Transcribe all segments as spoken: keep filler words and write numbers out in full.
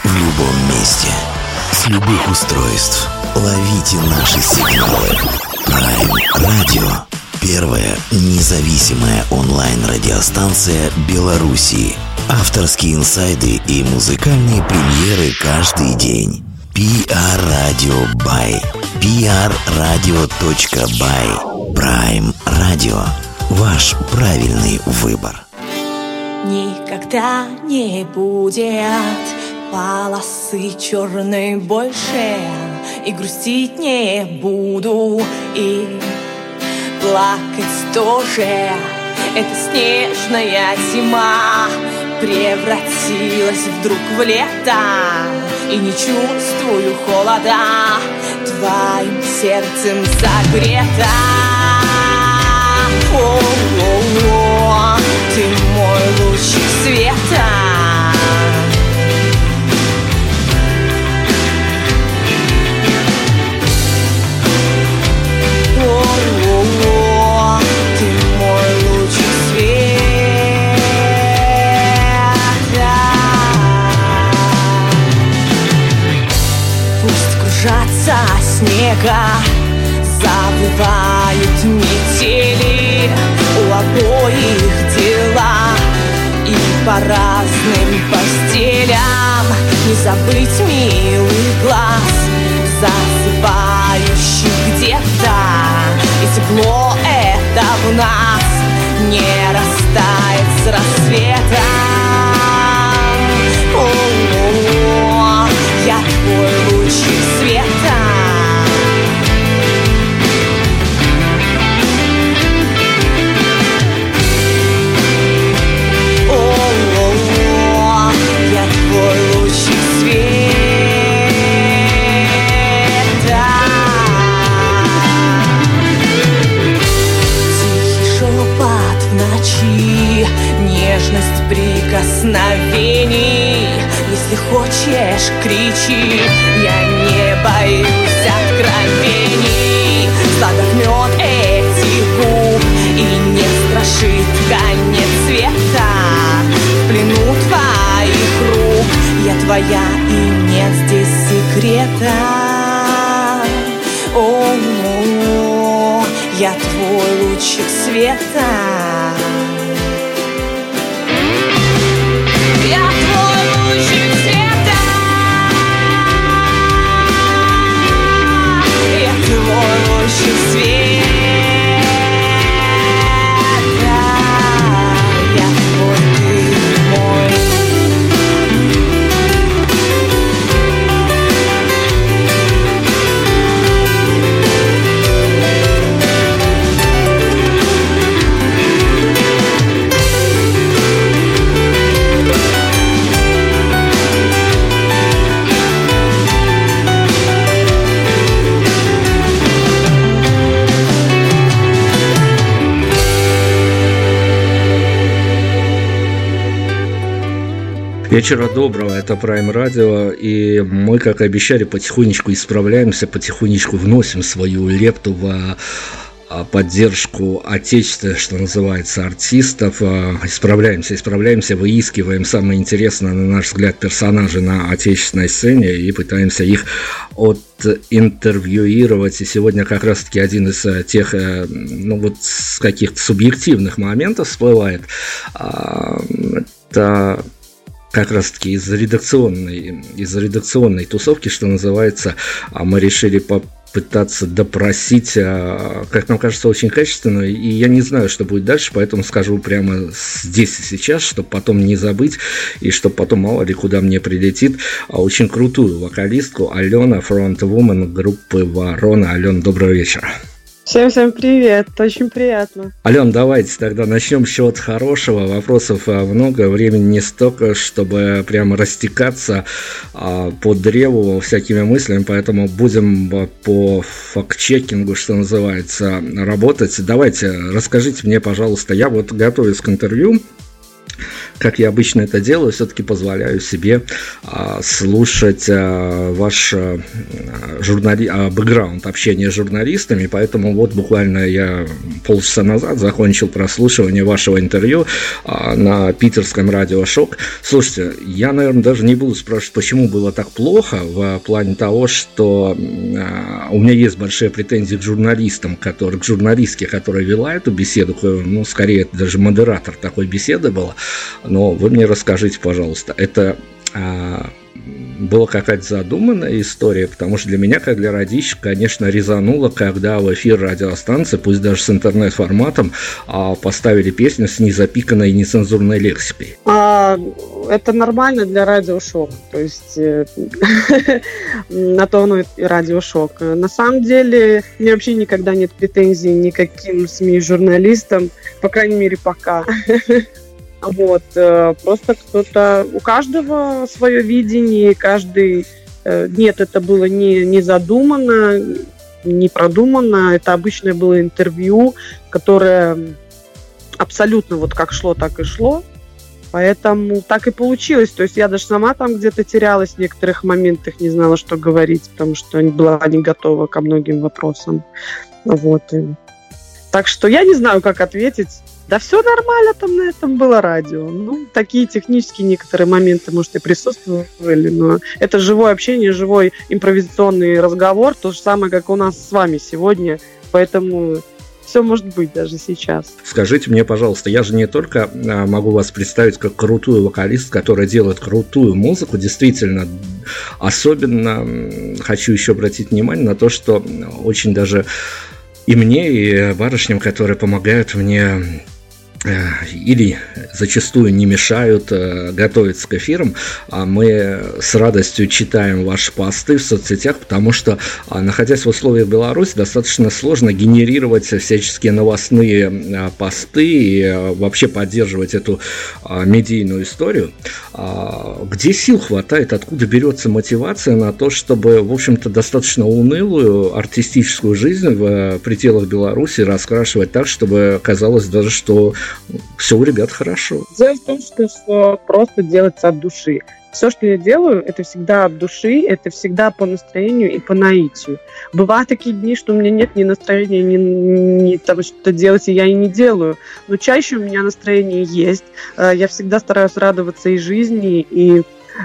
в любом месте, с любых устройств. Ловите наши сигналы. Prime Radio. Первая независимая онлайн-радиостанция Беларуси. Авторские инсайды и музыкальные премьеры каждый день. пи ар Radio by пи ар радио точка бай. Prime Radio. Ваш правильный выбор. Никогда не будет полосы черной больше, и грустить не буду, и плакать тоже. Эта снежная зима превратилась вдруг в лето, и не чувствую холода, твоим сердцем согрета. О-о-о, ты мой лучик света. О-о-о, ты мой лучик света. Пусть кружатся снега, завывают метели, у обоих дела и по разным постелям. Не забыть милый глаз, засыпающий где-то, и тепло это в нас не растает с рассветом. О-о-о, я твой лучик света. Нежность прикосновений, если хочешь, кричи, я не боюсь откровений. Сладок мед этих губ, и не страшит конец света. В плену твоих рук я твоя, и нет здесь секрета. О-о-о, я твой лучик света. Я твой лучик света. Я твой лучик света. Я твой, ты мой. Вечера доброго, это Prime Radio, и мы, как и обещали, потихонечку исправляемся, потихонечку вносим свою лепту в поддержку отечественных, что называется, артистов. Исправляемся, исправляемся, выискиваем самые интересные, на наш взгляд, персонажи на отечественной сцене и пытаемся их отинтервьюировать. И сегодня как раз-таки один из тех, ну вот, с каких-то субъективных моментов всплывает. Это как раз-таки из редакционной, из редакционной тусовки, что называется, мы решили попытаться допросить, как нам кажется, очень качественно, и я не знаю, что будет дальше, поэтому скажу прямо здесь и сейчас, чтобы потом не забыть, и чтобы потом мало ли куда мне прилетит, очень крутую вокалистку Алену, фронтвумен группы Ворона. Ален, доброго вечера. Всем-всем привет, очень приятно. Ален, давайте тогда начнем с чего-то хорошего. Вопросов много, времени не столько, чтобы прямо растекаться а, по древу всякими мыслями, поэтому будем по факт-чекингу, что называется, работать. Давайте, расскажите мне, пожалуйста, я вот готовюсь к интервью, как я обычно это делаю, все-таки позволяю себе а, слушать а, ваш а, журнали... а, бэкграунд общения с журналистами, поэтому вот буквально я полчаса назад закончил прослушивание вашего интервью а, на питерском радио «Шок». Слушайте, я, наверное, даже не буду спрашивать, почему было так плохо, в плане того, что а, у меня есть большие претензии к журналистам, которые, к журналистке, которая вела эту беседу, ну, скорее, это даже модератор такой беседы была. Но вы мне расскажите, пожалуйста, это а, была какая-то задуманная история, потому что для меня, как для радищика, конечно, резануло, когда в эфир радиостанции, пусть даже с интернет-форматом, а, поставили песню с незапиканной нецензурной лексикой. А, это нормально для радиошок, то есть на то оно и радиошок. На самом деле, у меня вообще никогда нет претензий никаким СМИ журналистам, по крайней мере, пока. Вот, просто кто-то, у каждого свое видение, каждый, нет, это было не, не задумано, не продумано, это обычное было интервью, которое абсолютно вот как шло, так и шло, поэтому так и получилось, то есть я даже сама там где-то терялась в некоторых моментах, не знала, что говорить, потому что была не готова ко многим вопросам, вот, так что я не знаю, как ответить. Да все нормально там на этом было радио. Ну, такие технические некоторые моменты, может, и присутствовали, но это живое общение, живой импровизационный разговор, то же самое, как у нас с вами сегодня, поэтому все может быть даже сейчас. Скажите мне, пожалуйста, я же не только могу вас представить как крутую вокалист, которая делает крутую музыку, действительно, особенно хочу еще обратить внимание на то, что очень даже и мне, и барышням, которые помогают мне или зачастую не мешают э, готовиться к эфирам, а мы с радостью читаем ваши посты в соцсетях, потому что, а, находясь в условиях Беларуси, достаточно сложно генерировать всяческие новостные а, посты и а, вообще поддерживать эту а, медийную историю. А, где сил хватает, откуда берется мотивация на то, чтобы, в общем-то, достаточно унылую артистическую жизнь в пределах Беларуси раскрашивать так, чтобы казалось даже, что все у ребят хорошо. Дело в том, что, что просто делается от души. Все, что я делаю, это всегда от души, это всегда по настроению и по наитию. Бывают такие дни, что у меня нет ни настроения, ни, ни того, что-то делать, и я и не делаю. Но чаще у меня настроение есть. Я всегда стараюсь радоваться и жизни, и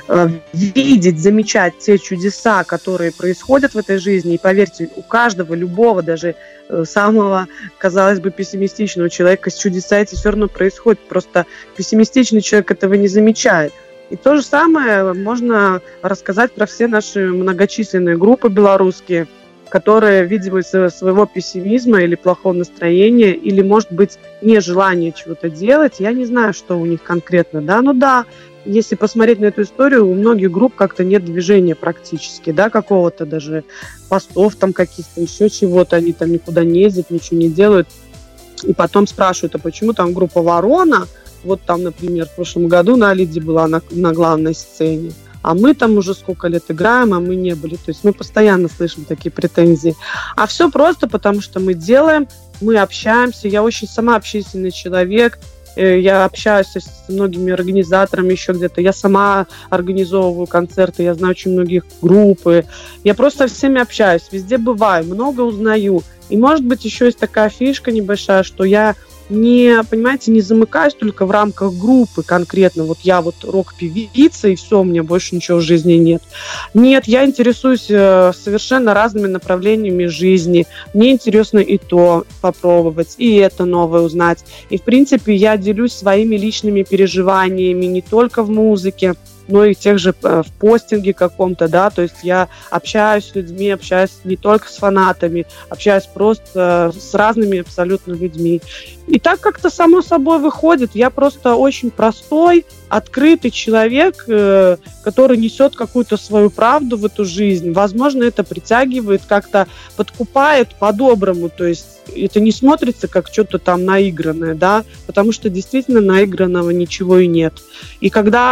видеть, замечать те чудеса, которые происходят в этой жизни. И поверьте, у каждого, любого, даже самого, казалось бы, пессимистичного человека чудеса эти все равно происходят. Просто пессимистичный человек этого не замечает. И то же самое можно рассказать про все наши многочисленные группы белорусские, которые, видимо, из-за своего пессимизма или плохого настроения, или, может быть, нежелания чего-то делать, я не знаю, что у них конкретно, да, ну да, если посмотреть на эту историю, у многих групп как-то нет движения практически, да, какого-то даже постов там каких-то, еще чего-то, они там никуда не ездят, ничего не делают, и потом спрашивают, а почему там группа «Ворона», вот там, например, в прошлом году на Лиде была на, на главной сцене, а мы там уже сколько лет играем, а мы не были. То есть мы постоянно слышим такие претензии. А все просто потому, что мы делаем, мы общаемся. Я очень сама общительный человек. Я общаюсь с многими организаторами еще где-то. Я сама организовываю концерты. Я знаю очень многих группы. Я просто со всеми общаюсь. Везде бываю, много узнаю. И, может быть, еще есть такая фишка небольшая, что я не, понимаете, не замыкаюсь только в рамках группы конкретно. Вот я вот рок-певица, и все, у меня больше ничего в жизни нет. Нет, я интересуюсь совершенно разными направлениями жизни. Мне интересно и то попробовать, и это новое узнать. И, в принципе, я делюсь своими личными переживаниями не только в музыке, но и тех же в постинге каком-то, да, то есть я общаюсь с людьми, общаюсь не только с фанатами, общаюсь просто с разными абсолютно людьми. И так как-то само собой выходит, я просто очень простой, открытый человек, который несет какую-то свою правду в эту жизнь. Возможно, это притягивает, как-то подкупает по-доброму, то есть это не смотрится как что-то там наигранное, да, потому что действительно наигранного ничего и нет. И когда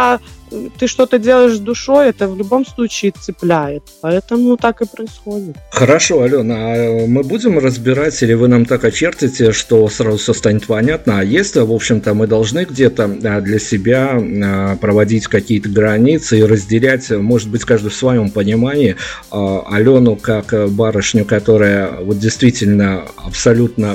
ты что-то делаешь с душой, это в любом случае цепляет. Поэтому так и происходит. Хорошо, Алена, а мы будем разбирать, или вы нам так очертите, что сразу все станет понятно? А если, в общем-то, мы должны где-то для себя проводить какие-то границы и разделять, может быть, каждый в своем понимании, Алену как барышню, которая вот действительно абсолютно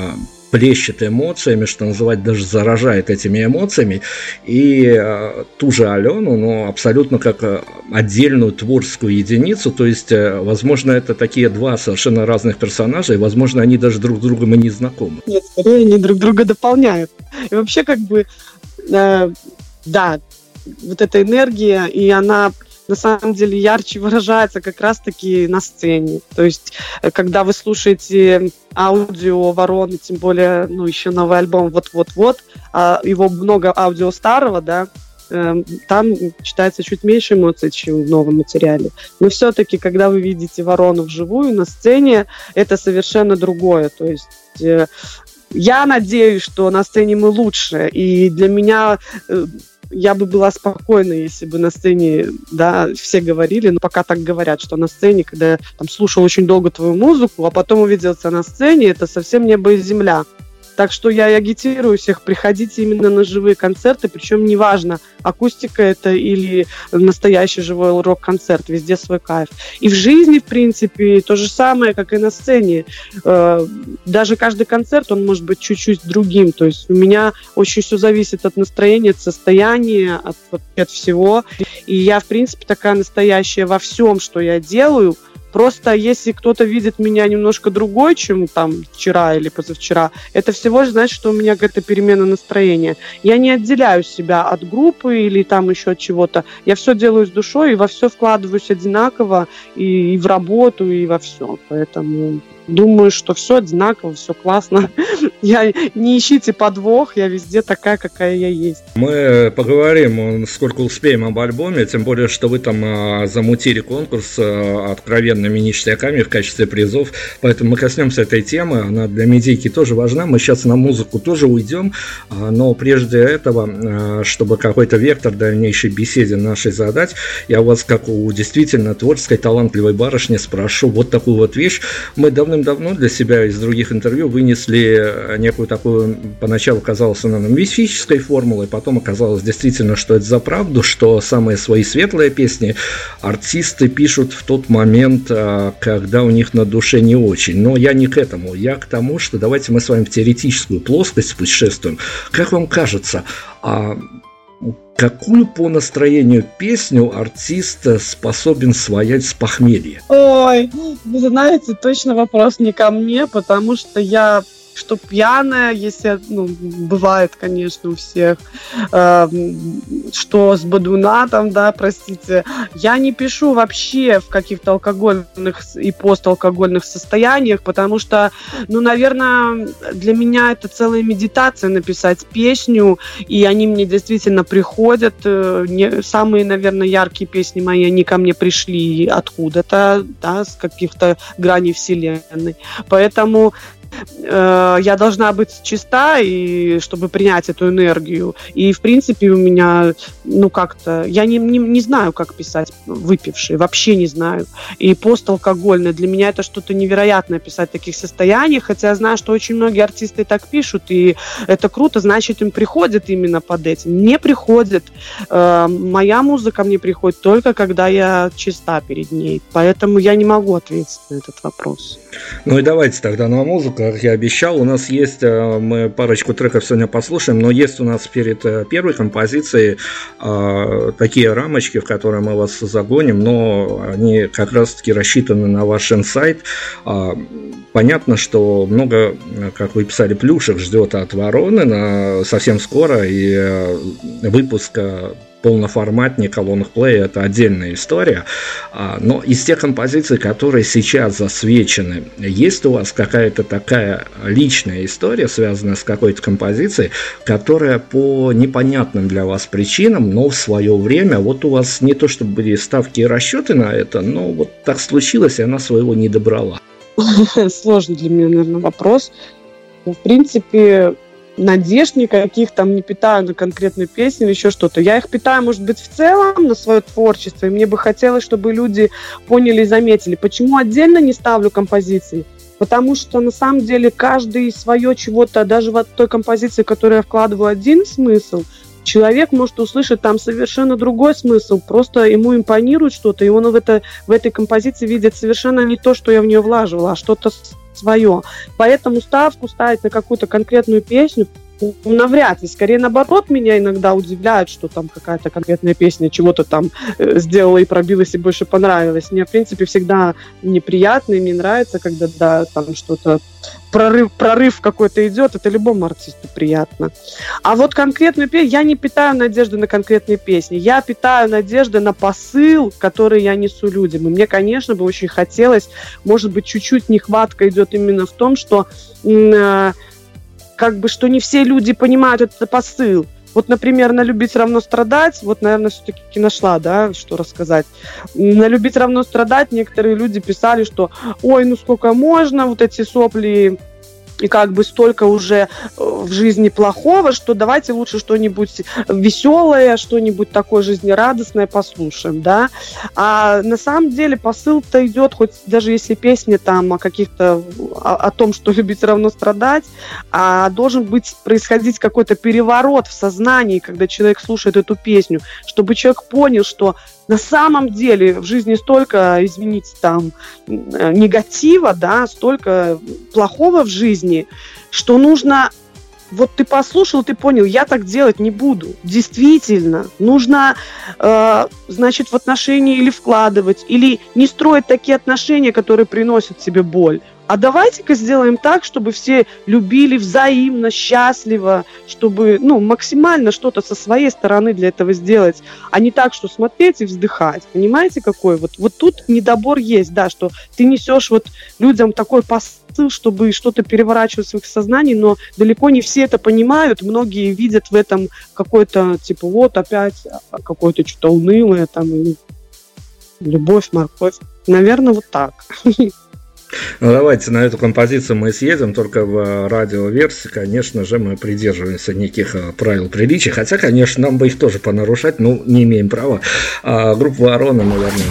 плещет эмоциями, что называть, даже заражает этими эмоциями, и э, ту же Алену, но абсолютно как э, отдельную творческую единицу, то есть, э, возможно, это такие два совершенно разных персонажа, и, возможно, они даже друг с другом и не знакомы. Нет, скорее они друг друга дополняют. И вообще, как бы, э, да, вот эта энергия, и она на самом деле ярче выражается как раз-таки на сцене. То есть, когда вы слушаете аудио Вороны, тем более, ну, еще новый альбом вот-вот-вот, а его много аудио старого, да, э, там читается чуть меньше эмоций, чем в новом материале. Но все-таки, когда вы видите Ворону вживую на сцене, это совершенно другое. То есть э, я надеюсь, что на сцене мы лучше, и для меня... Э, я бы была спокойна, если бы на сцене, да, все говорили, но пока так говорят, что на сцене, когда я там слушал очень долго твою музыку, а потом увиделся на сцене, это совсем небо и земля. Так что я агитирую всех, приходите именно на живые концерты, причем неважно, акустика это или настоящий живой рок-концерт, везде свой кайф. И в жизни, в принципе, то же самое, как и на сцене. Даже каждый концерт, он может быть чуть-чуть другим. То есть у меня очень все зависит от настроения, от состояния, от, от всего. И я, в принципе, такая настоящая во всем, что я делаю. Просто если кто-то видит меня немножко другой, чем там вчера или позавчера, это всего лишь значит, что у меня какая-то перемена настроения. Я не отделяю себя от группы или там еще от чего-то. Я все делаю с душой и во все вкладываюсь одинаково и, и в работу, и во все. Поэтому думаю, что все одинаково, все классно. Я, не ищите подвох, я везде такая, какая я есть. Мы поговорим, сколько успеем, об альбоме, тем более, что вы там а, замутили конкурс а, откровенными ништяками в качестве призов, поэтому мы коснемся этой темы, она для медийки тоже важна, мы сейчас на музыку тоже уйдем, а, но прежде этого, а, чтобы какой-то вектор дальнейшей беседе нашей задать, я вас, как у действительно творческой, талантливой барышни, спрошу вот такую вот вещь. Мы давным-давно для себя из других интервью вынесли некую такую, поначалу казалось она нам мифической формулой, потом оказалось действительно, что это за правду, что самые свои светлые песни артисты пишут в тот момент, когда у них на душе не очень. Но я не к этому, я к тому, что давайте мы с вами в теоретическую плоскость путешествуем. Как вам кажется, какую по настроению песню артист способен своять с похмелья? Ой, вы знаете, точно вопрос не ко мне, потому что я что пьяная, если, ну, бывает, конечно, у всех, э, что с бадуна там, да, простите. Я не пишу вообще в каких-то алкогольных и посталкогольных состояниях, потому что, ну, наверное, для меня это целая медитация написать песню, и они мне действительно приходят. Не, самые, наверное, яркие песни мои, они ко мне пришли откуда-то, да, с каких-то граней вселенной. Поэтому я должна быть чиста, и чтобы принять эту энергию. И, в принципе, у меня, ну, как-то... Я не, не, не знаю, как писать выпивший, вообще не знаю. И посталкогольное. Для меня это что-то невероятное писать в таких состояниях, хотя я знаю, что очень многие артисты так пишут, и это круто, значит, им приходит именно под этим. Не приходит. Э, моя музыка мне приходит только, когда я чиста перед ней. Поэтому я не могу ответить на этот вопрос. Ну и давайте тогда на музыку, как я обещал. У нас есть, мы парочку треков сегодня послушаем, но есть у нас перед первой композицией э, такие рамочки, в которые мы вас загоним, но они как раз-таки рассчитаны на ваш инсайт. Э, понятно, что много, как вы писали, плюшек ждет от Вороны на, совсем скоро, и э, выпуска полноформатнее колонок плея — это отдельная история. Но из тех композиций, которые сейчас засвечены, есть у вас какая-то такая личная история, связанная с какой-то композицией, которая по непонятным для вас причинам, но в свое время, вот у вас не то чтобы были ставки и расчеты на это, но вот так случилось, и она своего не добрала? Сложный для меня, наверное, вопрос. В принципе, надежд никаких там не питаю на конкретную песню или еще что-то. Я их питаю, может быть, в целом на свое творчество, и мне бы хотелось, чтобы люди поняли и заметили. Почему отдельно не ставлю композиции? Потому что на самом деле каждый свое чего-то, даже в той композиции, в которую я вкладываю один смысл, человек может услышать там совершенно другой смысл, просто ему импонирует что-то, и он в, это, в этой композиции видит совершенно не то, что я в нее влаживала, а что-то свое. Поэтому ставку ставить на какую-то конкретную песню, ну, навряд ли. Скорее, наоборот, меня иногда удивляет, что там какая-то конкретная песня чего-то там э, сделала и пробилась, и больше понравилась. Мне, в принципе, всегда неприятно, и мне нравится, когда да, там что-то, прорыв, прорыв какой-то идет, это любому артисту приятно. А вот конкретную песню, я не питаю надежды на конкретные песни, я питаю надежды на посыл, который я несу людям. И мне, конечно, бы очень хотелось, может быть, чуть-чуть нехватка идет именно в том, что э, как бы, что не все люди понимают этот посыл. Вот, например, на «Любить равно страдать», вот, наверное, все-таки нашла, да, что рассказать. На «Любить равно страдать» некоторые люди писали, что ой, ну сколько можно, вот эти сопли, и как бы столько уже в жизни плохого, что давайте лучше что-нибудь веселое, что-нибудь такое жизнерадостное послушаем, да. А на самом деле посыл-то идет, хоть даже если песня там о каких-то, о, о том, что любить равно страдать, а должен быть происходить какой-то переворот в сознании, когда человек слушает эту песню, чтобы человек понял, что на самом деле в жизни столько, извините, там, негатива, да, столько плохого в жизни, что нужно... Вот ты послушал, ты понял, я так делать не буду. Действительно, нужно, э, значит, в отношения или вкладывать, или не строить такие отношения, которые приносят тебе боль. А давайте-ка сделаем так, чтобы все любили взаимно, счастливо, чтобы, ну, максимально что-то со своей стороны для этого сделать, а не так, что смотреть и вздыхать. Понимаете, какой? Вот, вот тут недобор есть, да, что ты несешь вот людям такой посыл, чтобы что-то переворачивать в их сознании, но далеко не все это понимают, многие видят в этом какой-то, типа, вот опять какое-то что-то унылое, там, любовь, морковь. Наверное, вот так. Ну, давайте на эту композицию мы съедем, только в радиоверсии, конечно же, мы придерживаемся неких правил приличия, хотя, конечно, нам бы их тоже понарушать, но не имеем права. А группа «Ворона», наверное.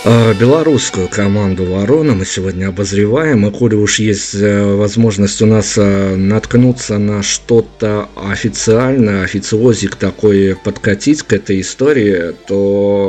Белорусскую команду «Ворона» мы сегодня обозреваем, и коли уж есть возможность у нас наткнуться на что-то официальное, официозик такой подкатить к этой истории, то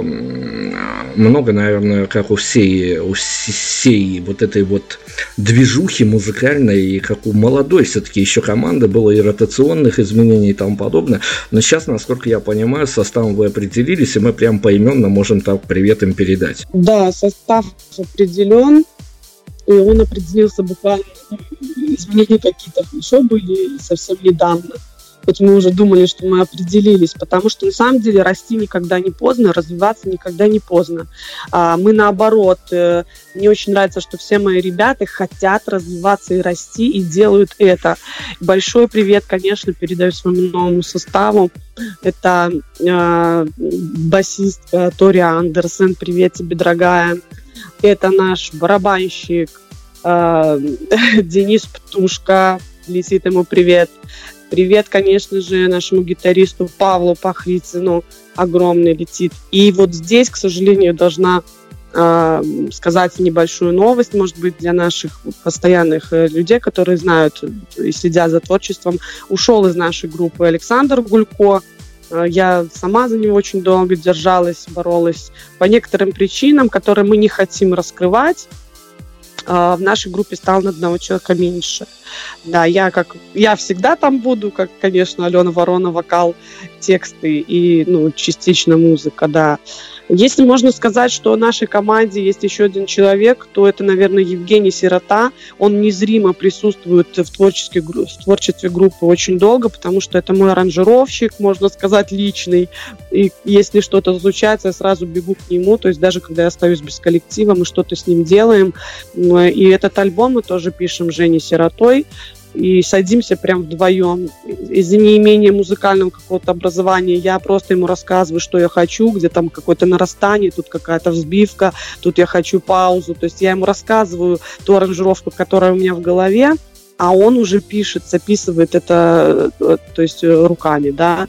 много, наверное, как у всей, у всей вот этой вот движухи музыкальной, и как у молодой все-таки еще команды, было и ротационных изменений и тому подобное, но сейчас, насколько я понимаю, с составом вы определились, и мы прям поименно можем так привет им передать. Да, состав определен, и он определился буквально, изменения какие-то еще были совсем недавно. Хоть мы уже думали, что мы определились, потому что на самом деле расти никогда не поздно, развиваться никогда не поздно. А мы наоборот, мне очень нравится, что все мои ребята хотят развиваться и расти, и делают это. Большой привет, конечно, передаю своему новому составу. Это э, басистка Тори Андерсен, привет тебе, дорогая. Это наш барабанщик э, Денис Птушка, летит ему привет. Привет, конечно же, нашему гитаристу Павлу Пахрицыну, огромный летит. И вот здесь, к сожалению, должна э, сказать небольшую новость, может быть, для наших постоянных людей, которые знают и следят за творчеством. Ушел из нашей группы Александр Гулько. Я сама за него очень долго держалась, боролась по некоторым причинам, которые мы не хотим раскрывать. В нашей группе стало на одного человека меньше. Да, я как я всегда там буду, как, конечно, Алена Ворона, вокал, тексты и, ну, частично музыка, да. Если можно сказать, что в нашей команде есть еще один человек, то это, наверное, Евгений Сирота. Он незримо присутствует в творчестве, в творчестве группы очень долго, потому что это мой аранжировщик, можно сказать, личный. И если что-то случается, я сразу бегу к нему. То есть даже когда я остаюсь без коллектива, мы что-то с ним делаем. И этот альбом мы тоже пишем с Женей Сиротой. И садимся прям вдвоем. Из-за неимения музыкального какого-то образования я просто ему рассказываю, что я хочу, где там какое-то нарастание, тут какая-то взбивка, тут я хочу паузу. То есть я ему рассказываю ту аранжировку, которая у меня в голове, а он уже пишет, записывает это, то есть руками, да,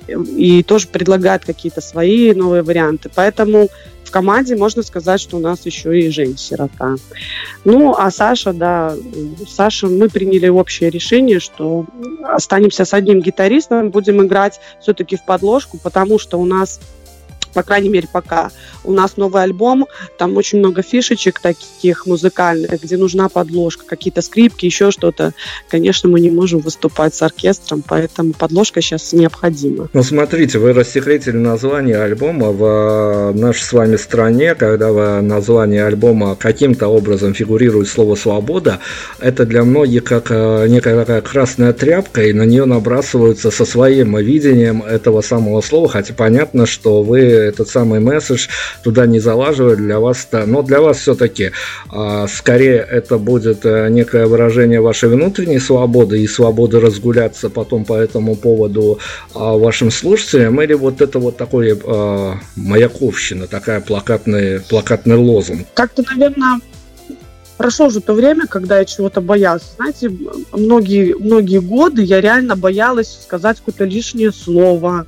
и тоже предлагает какие-то свои новые варианты. Поэтому в команде можно сказать, что у нас еще и Женя Сирота. Ну, а Саша, да, Саша, мы приняли общее решение, что останемся с одним гитаристом, будем играть все-таки в подложку, потому что у нас, по крайней мере, пока у нас новый альбом, там очень много фишечек таких музыкальных, где нужна подложка, какие-то скрипки, еще что-то. Конечно, мы не можем выступать с оркестром, поэтому подложка сейчас необходима. Ну, смотрите, вы рассекретили название альбома в нашей с вами стране, когда в названии альбома каким-то образом фигурирует слово «свобода», это для многих как некая такая красная тряпка, и на нее набрасываются со своим видением этого самого слова, хотя понятно, что вы этот самый месседж туда не залаживали, для вас, но для вас все-таки а, скорее это будет а, некое выражение вашей внутренней свободы и свободы разгуляться потом по этому поводу а, вашим слушателям, или вот это вот такой а, маяковщина, такая плакатный, плакатный лозунг? Как-то, наверное, прошло уже то время, когда я чего-то боялась. Знаете, многие, многие годы я реально боялась сказать какое-то лишнее слово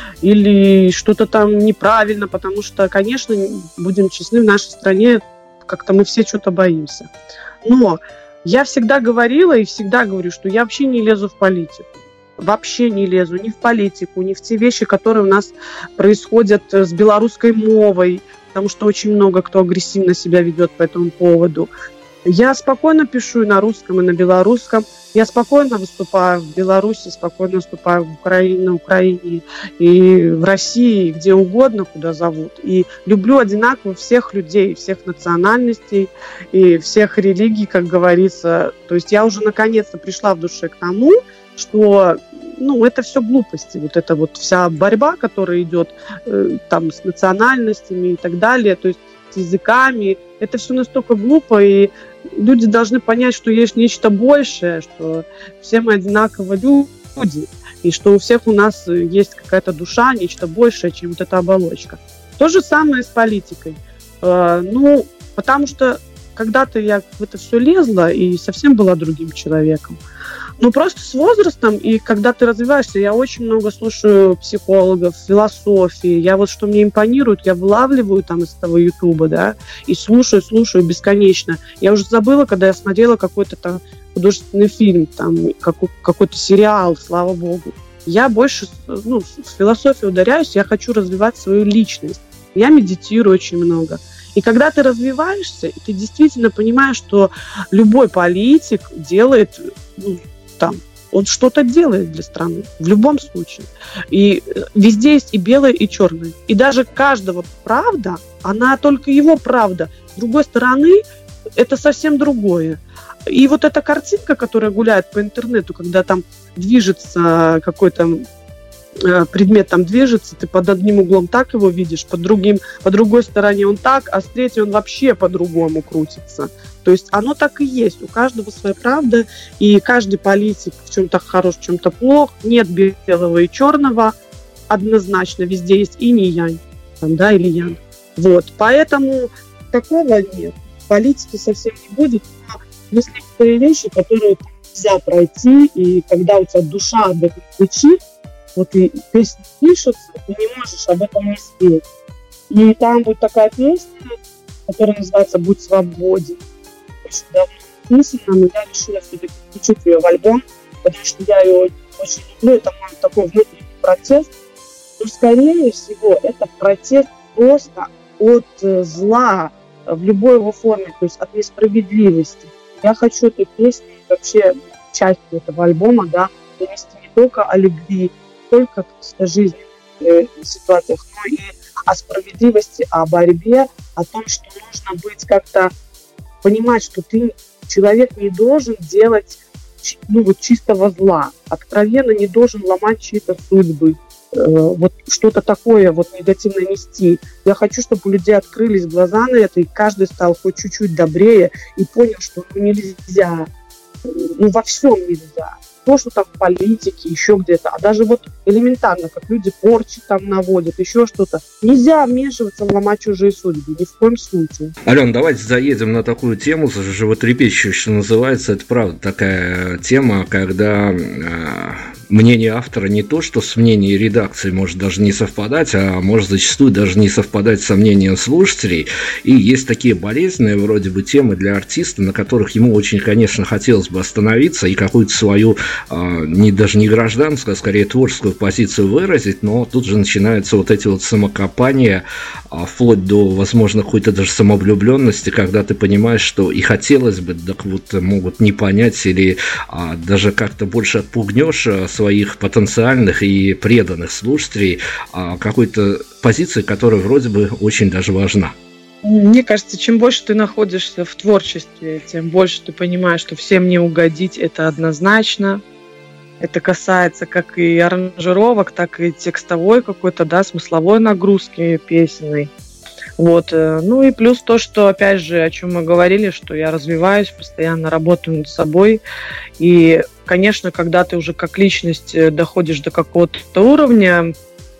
или что-то там неправильно, потому что, конечно, будем честны, в нашей стране как-то мы все что-то боимся. Но я всегда говорила и всегда говорю, что я вообще не лезу в политику. Вообще не лезу ни в политику, ни в те вещи, которые у нас происходят с белорусской мовой, потому что очень много кто агрессивно себя ведет по этому поводу. Я спокойно пишу и на русском, и на белорусском. Я спокойно выступаю в Беларуси, спокойно выступаю в Украине, на Украине, и в России, где угодно, куда зовут. И люблю одинаково всех людей, всех национальностей и всех религий, как говорится. То есть я уже наконец-то пришла в душе к тому, что, ну, это все глупости. Вот эта вот вся борьба, которая идет э, там с национальностями и так далее, то есть с языками, это все настолько глупо, и люди должны понять, что есть нечто большее, что все мы одинаково люди, и что у всех у нас есть какая-то душа, нечто большее, чем вот эта оболочка. То же самое с политикой. Э, ну, потому что когда-то я в это все лезла и совсем была другим человеком. Ну, просто с возрастом, и когда ты развиваешься, я очень много слушаю психологов, философии. Я вот, что мне импонирует, я вылавливаю там из этого Ютуба, да, и слушаю, слушаю бесконечно. Я уже забыла, когда я смотрела какой-то там художественный фильм, там, какой-то сериал, слава богу. Я больше, ну, в философию ударяюсь, я хочу развивать свою личность. Я медитирую очень много. И когда ты развиваешься, ты действительно понимаешь, что любой политик делает, ну, там, он что-то делает для страны, в любом случае. И везде есть и белое, и черное. И даже каждого правда, она только его правда. С другой стороны, это совсем другое. И вот эта картинка, которая гуляет по интернету, когда там движется какой-то предмет, там движется, ты под одним углом так его видишь, под другим, по другой стороне он так, а с третьей он вообще по-другому крутится. То есть оно так и есть. У каждого своя правда, и каждый политик в чем-то хорош, в чем-то плох. Нет белого и черного однозначно. Везде есть инь и янь, там, да, или ян. Вот. Поэтому такого нет. Политики совсем не будет. Но есть некоторые вещи, которые нельзя пройти, и когда у тебя душа об этом кричит, вот и песня пишется, ты не можешь об этом не спеть. И там будет такая песня, которая называется «Будь свободен». Очень давно написана, но я решила все-таки включить ее в альбом, потому что я ее очень люблю, это мой такой внутренний протест. Но, скорее всего, это протест просто от зла в любой его форме, то есть от несправедливости. Я хочу эту песню, вообще частью этого альбома, да, донести не только о любви, только в жизненных э, ситуациях, но и о справедливости, о борьбе, о том, что нужно быть как-то, понимать, что ты, человек не должен делать, ну, вот чистого зла, откровенно не должен ломать чьи-то судьбы, э, вот что-то такое вот негативно нести. Я хочу, чтобы у людей открылись глаза на это, и каждый стал хоть чуть-чуть добрее и понял, что ну, нельзя, ну, во всем нельзя. То, что там в политике, еще где-то, а даже вот элементарно, как люди порчи там наводят, еще что-то. Нельзя вмешиваться, ломать чужие судьбы, ни в коем случае. Ален, давайте заедем на такую тему, животрепещущую, что называется. Это правда такая тема, когда э, мнение автора не то, что с мнением редакции может даже не совпадать, а может зачастую даже не совпадать со мнением слушателей. И есть такие болезненные вроде бы темы для артиста, на которых ему очень, конечно, хотелось бы остановиться и какую-то свою не, даже не гражданскую, а скорее творческую позицию выразить, но тут же начинаются вот эти вот самокопания, вплоть до, возможно, какой-то даже самовлюбленности, когда ты понимаешь, что и хотелось бы, так вот могут не понять, или а, даже как-то больше отпугнешь своих потенциальных и преданных слушателей а, какой-то позиции, которая вроде бы очень даже важна. Мне кажется, чем больше ты находишься в творчестве, тем больше ты понимаешь, что всем не угодить, это однозначно. Это касается как и аранжировок, так и текстовой какой-то, да, смысловой нагрузки песенной. Вот. Ну и плюс то, что, опять же, о чем мы говорили, что я развиваюсь, постоянно работаю над собой. И, конечно, когда ты уже как личность доходишь до какого-то уровня,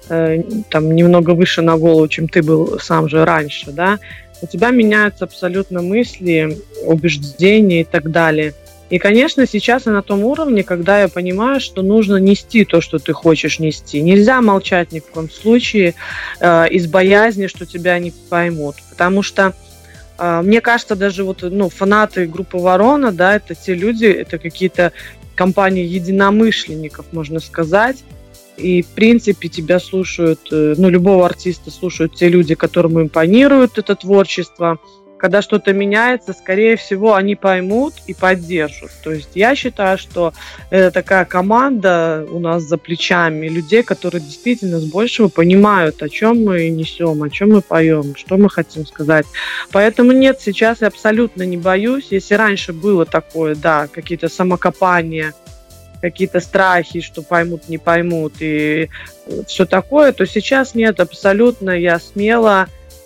там немного выше на голову, чем ты был сам же раньше, да, у тебя меняются абсолютно мысли, убеждения и так далее. И, конечно, сейчас я на том уровне, когда я понимаю, что нужно нести то, что ты хочешь нести. Нельзя молчать ни в коем случае э, из боязни, что тебя не поймут. Потому что, э, мне кажется, даже вот, ну, фанаты группы «Ворона», да, это те люди, это какие-то компании единомышленников, можно сказать. И, в принципе, тебя слушают, ну, любого артиста слушают те люди, которым импонирует это творчество. Когда что-то меняется, скорее всего, они поймут и поддержат. То есть я считаю, что это такая команда у нас за плечами людей, которые действительно с большего понимают, о чем мы несем, о чем мы поем, что мы хотим сказать. Поэтому нет, сейчас я абсолютно не боюсь. Если раньше было такое, да, какие-то самокопания, какие-то страхи, что поймут, не поймут и все такое, то сейчас нет, абсолютно я смело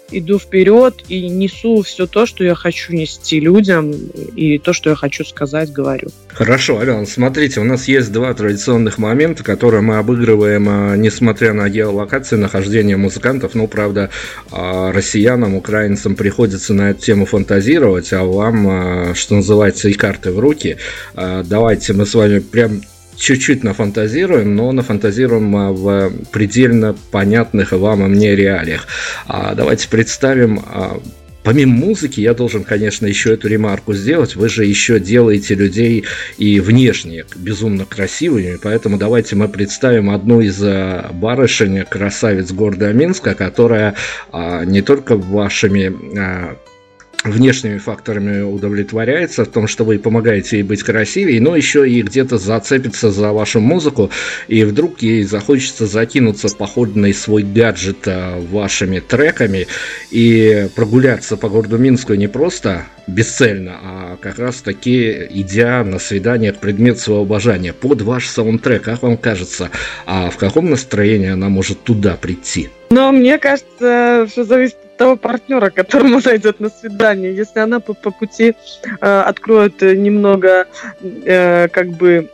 иду вперед и несу все то, что я хочу нести людям, и то, что я хочу сказать, говорю. Хорошо, Алена, смотрите, у нас есть два традиционных момента, которые мы обыгрываем, несмотря на геолокацию, нахождение музыкантов. Ну, правда, россиянам, украинцам приходится на эту тему фантазировать, а вам, что называется, и карты в руки. Давайте мы с вами прям чуть-чуть нафантазируем, но нафантазируем в предельно понятных вам и мне реалиях. Давайте представим... Помимо музыки, я должен, конечно, еще эту ремарку сделать. Вы же еще делаете людей и внешне безумно красивыми, поэтому давайте мы представим одну из барышень, красавиц города Минска, которая а, не только вашими... А, внешними факторами удовлетворяется, в том, что вы помогаете ей быть красивее, но еще и где-то зацепится за вашу музыку, и вдруг ей захочется закинуться походный свой гаджет вашими треками и прогуляться по городу Минску не просто бесцельно, а как раз таки идя на свидание к предмету своего обожания под ваш саундтрек. Как вам кажется, а в каком настроении она может туда прийти? Но мне кажется, что зависит от того партнера, которому она идет на свидание. Если она по, по пути э, откроет немного э, как бы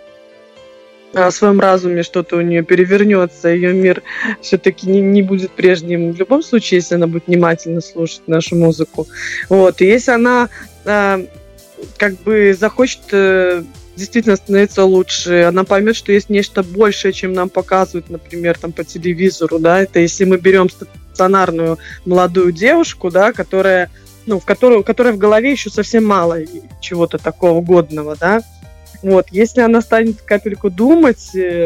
в своем разуме что-то у нее перевернется, ее мир все-таки не, не будет прежним в любом случае, если она будет внимательно слушать нашу музыку. Вот. И если она э, как бы захочет э, действительно становиться лучше, она поймет, что есть нечто большее, чем нам показывают, например, там, по телевизору, да, это если мы берем стационарную молодую девушку, да, которая, ну, в которую, которая в голове еще совсем мало чего-то такого годного, да. Вот, если она станет капельку думать, э,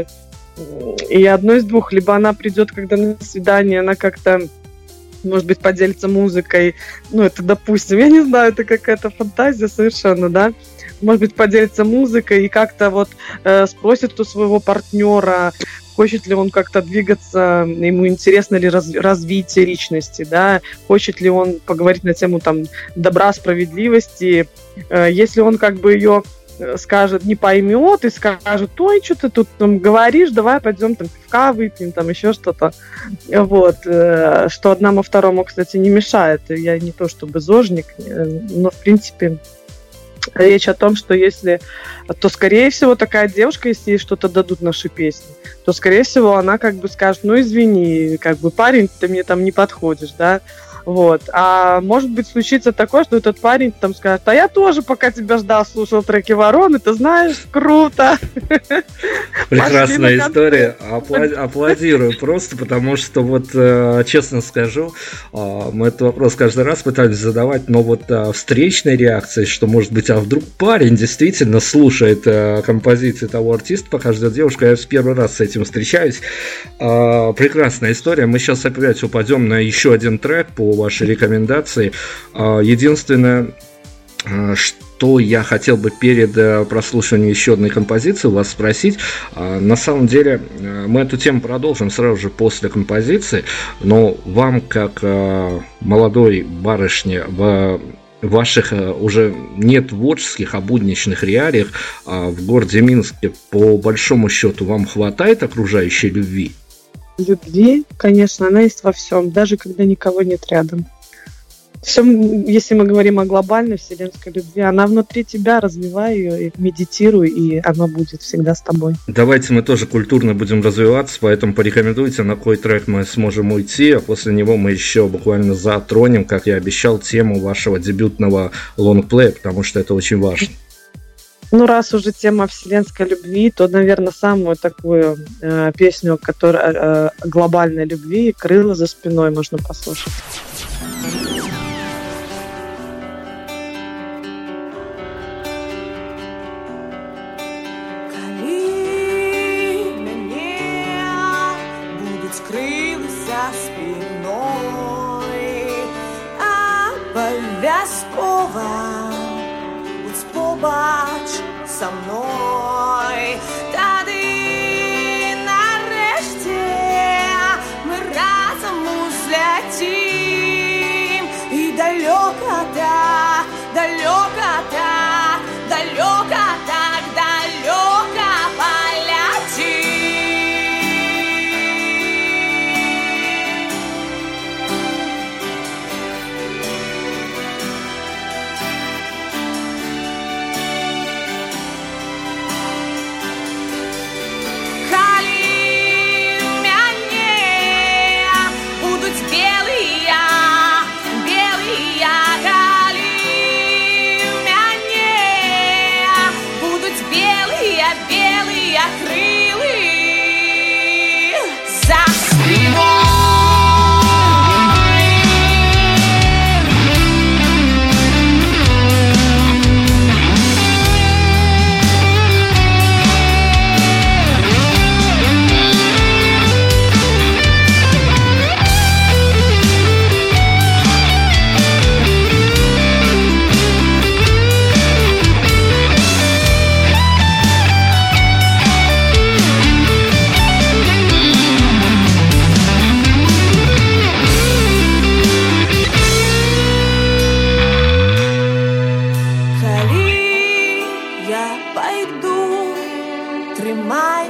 и одно из двух, либо она придет, когда на свидание, она как-то, может быть, поделится музыкой, ну, это, допустим, я не знаю, это какая-то фантазия совершенно, да, может быть, поделится музыкой и как-то вот э, спросит у своего партнера, хочет ли он как-то двигаться, ему интересно ли раз, развитие личности, да, хочет ли он поговорить на тему там добра, справедливости, э, если он как бы ее скажет, не поймет и скажет, ой, что ты тут там говоришь, давай пойдем там пивка выпьем, там еще что-то. Вот. Что одному второму, кстати, не мешает. Я не то чтобы зожник, но, в принципе, речь о том, что если, то, скорее всего, такая девушка, если ей что-то дадут наши песни, то, скорее всего, она как бы скажет, ну, извини, как бы, парень, ты мне там не подходишь, да. Вот. А может быть, случится такое, что этот парень там скажет, а я тоже, пока тебя ждал, слушал треки Вороны, ты знаешь, круто. Прекрасная история. Апла- аплодирую просто, потому что вот, честно скажу, мы этот вопрос каждый раз пытались задавать, но вот встречной реакции, что может быть, а вдруг парень действительно слушает композиции того артиста, пока ждет девушка, я в первый раз с этим встречаюсь. Прекрасная история. Мы сейчас опять упадем на еще один трек по ваши рекомендации. Единственное, что я хотел бы перед прослушиванием еще одной композиции у вас спросить, на самом деле мы эту тему продолжим сразу же после композиции, но вам, как молодой барышне, в ваших уже не творческих, а будничных реалиях в городе Минске, по большому счету, вам хватает окружающей любви? Любви, конечно, она есть во всем, даже когда никого нет рядом. Всем, если мы говорим о глобальной вселенской любви, она внутри тебя, развивай ее, медитируй, и она будет всегда с тобой. Давайте мы тоже культурно будем развиваться, поэтому порекомендуйте, на какой трек мы сможем уйти, а после него мы еще буквально затронем, как я обещал, тему вашего дебютного лонгплея, потому что это очень важно. Ну, раз уже тема вселенской любви, то, наверное, самую такую э, песню, которая э, глобальной любви, «Крылья за спиной» можно послушать. Побач со мною, тоді нарешті ми разом узлетим, і далеко так, далеко так, далеко так, далеко полетим.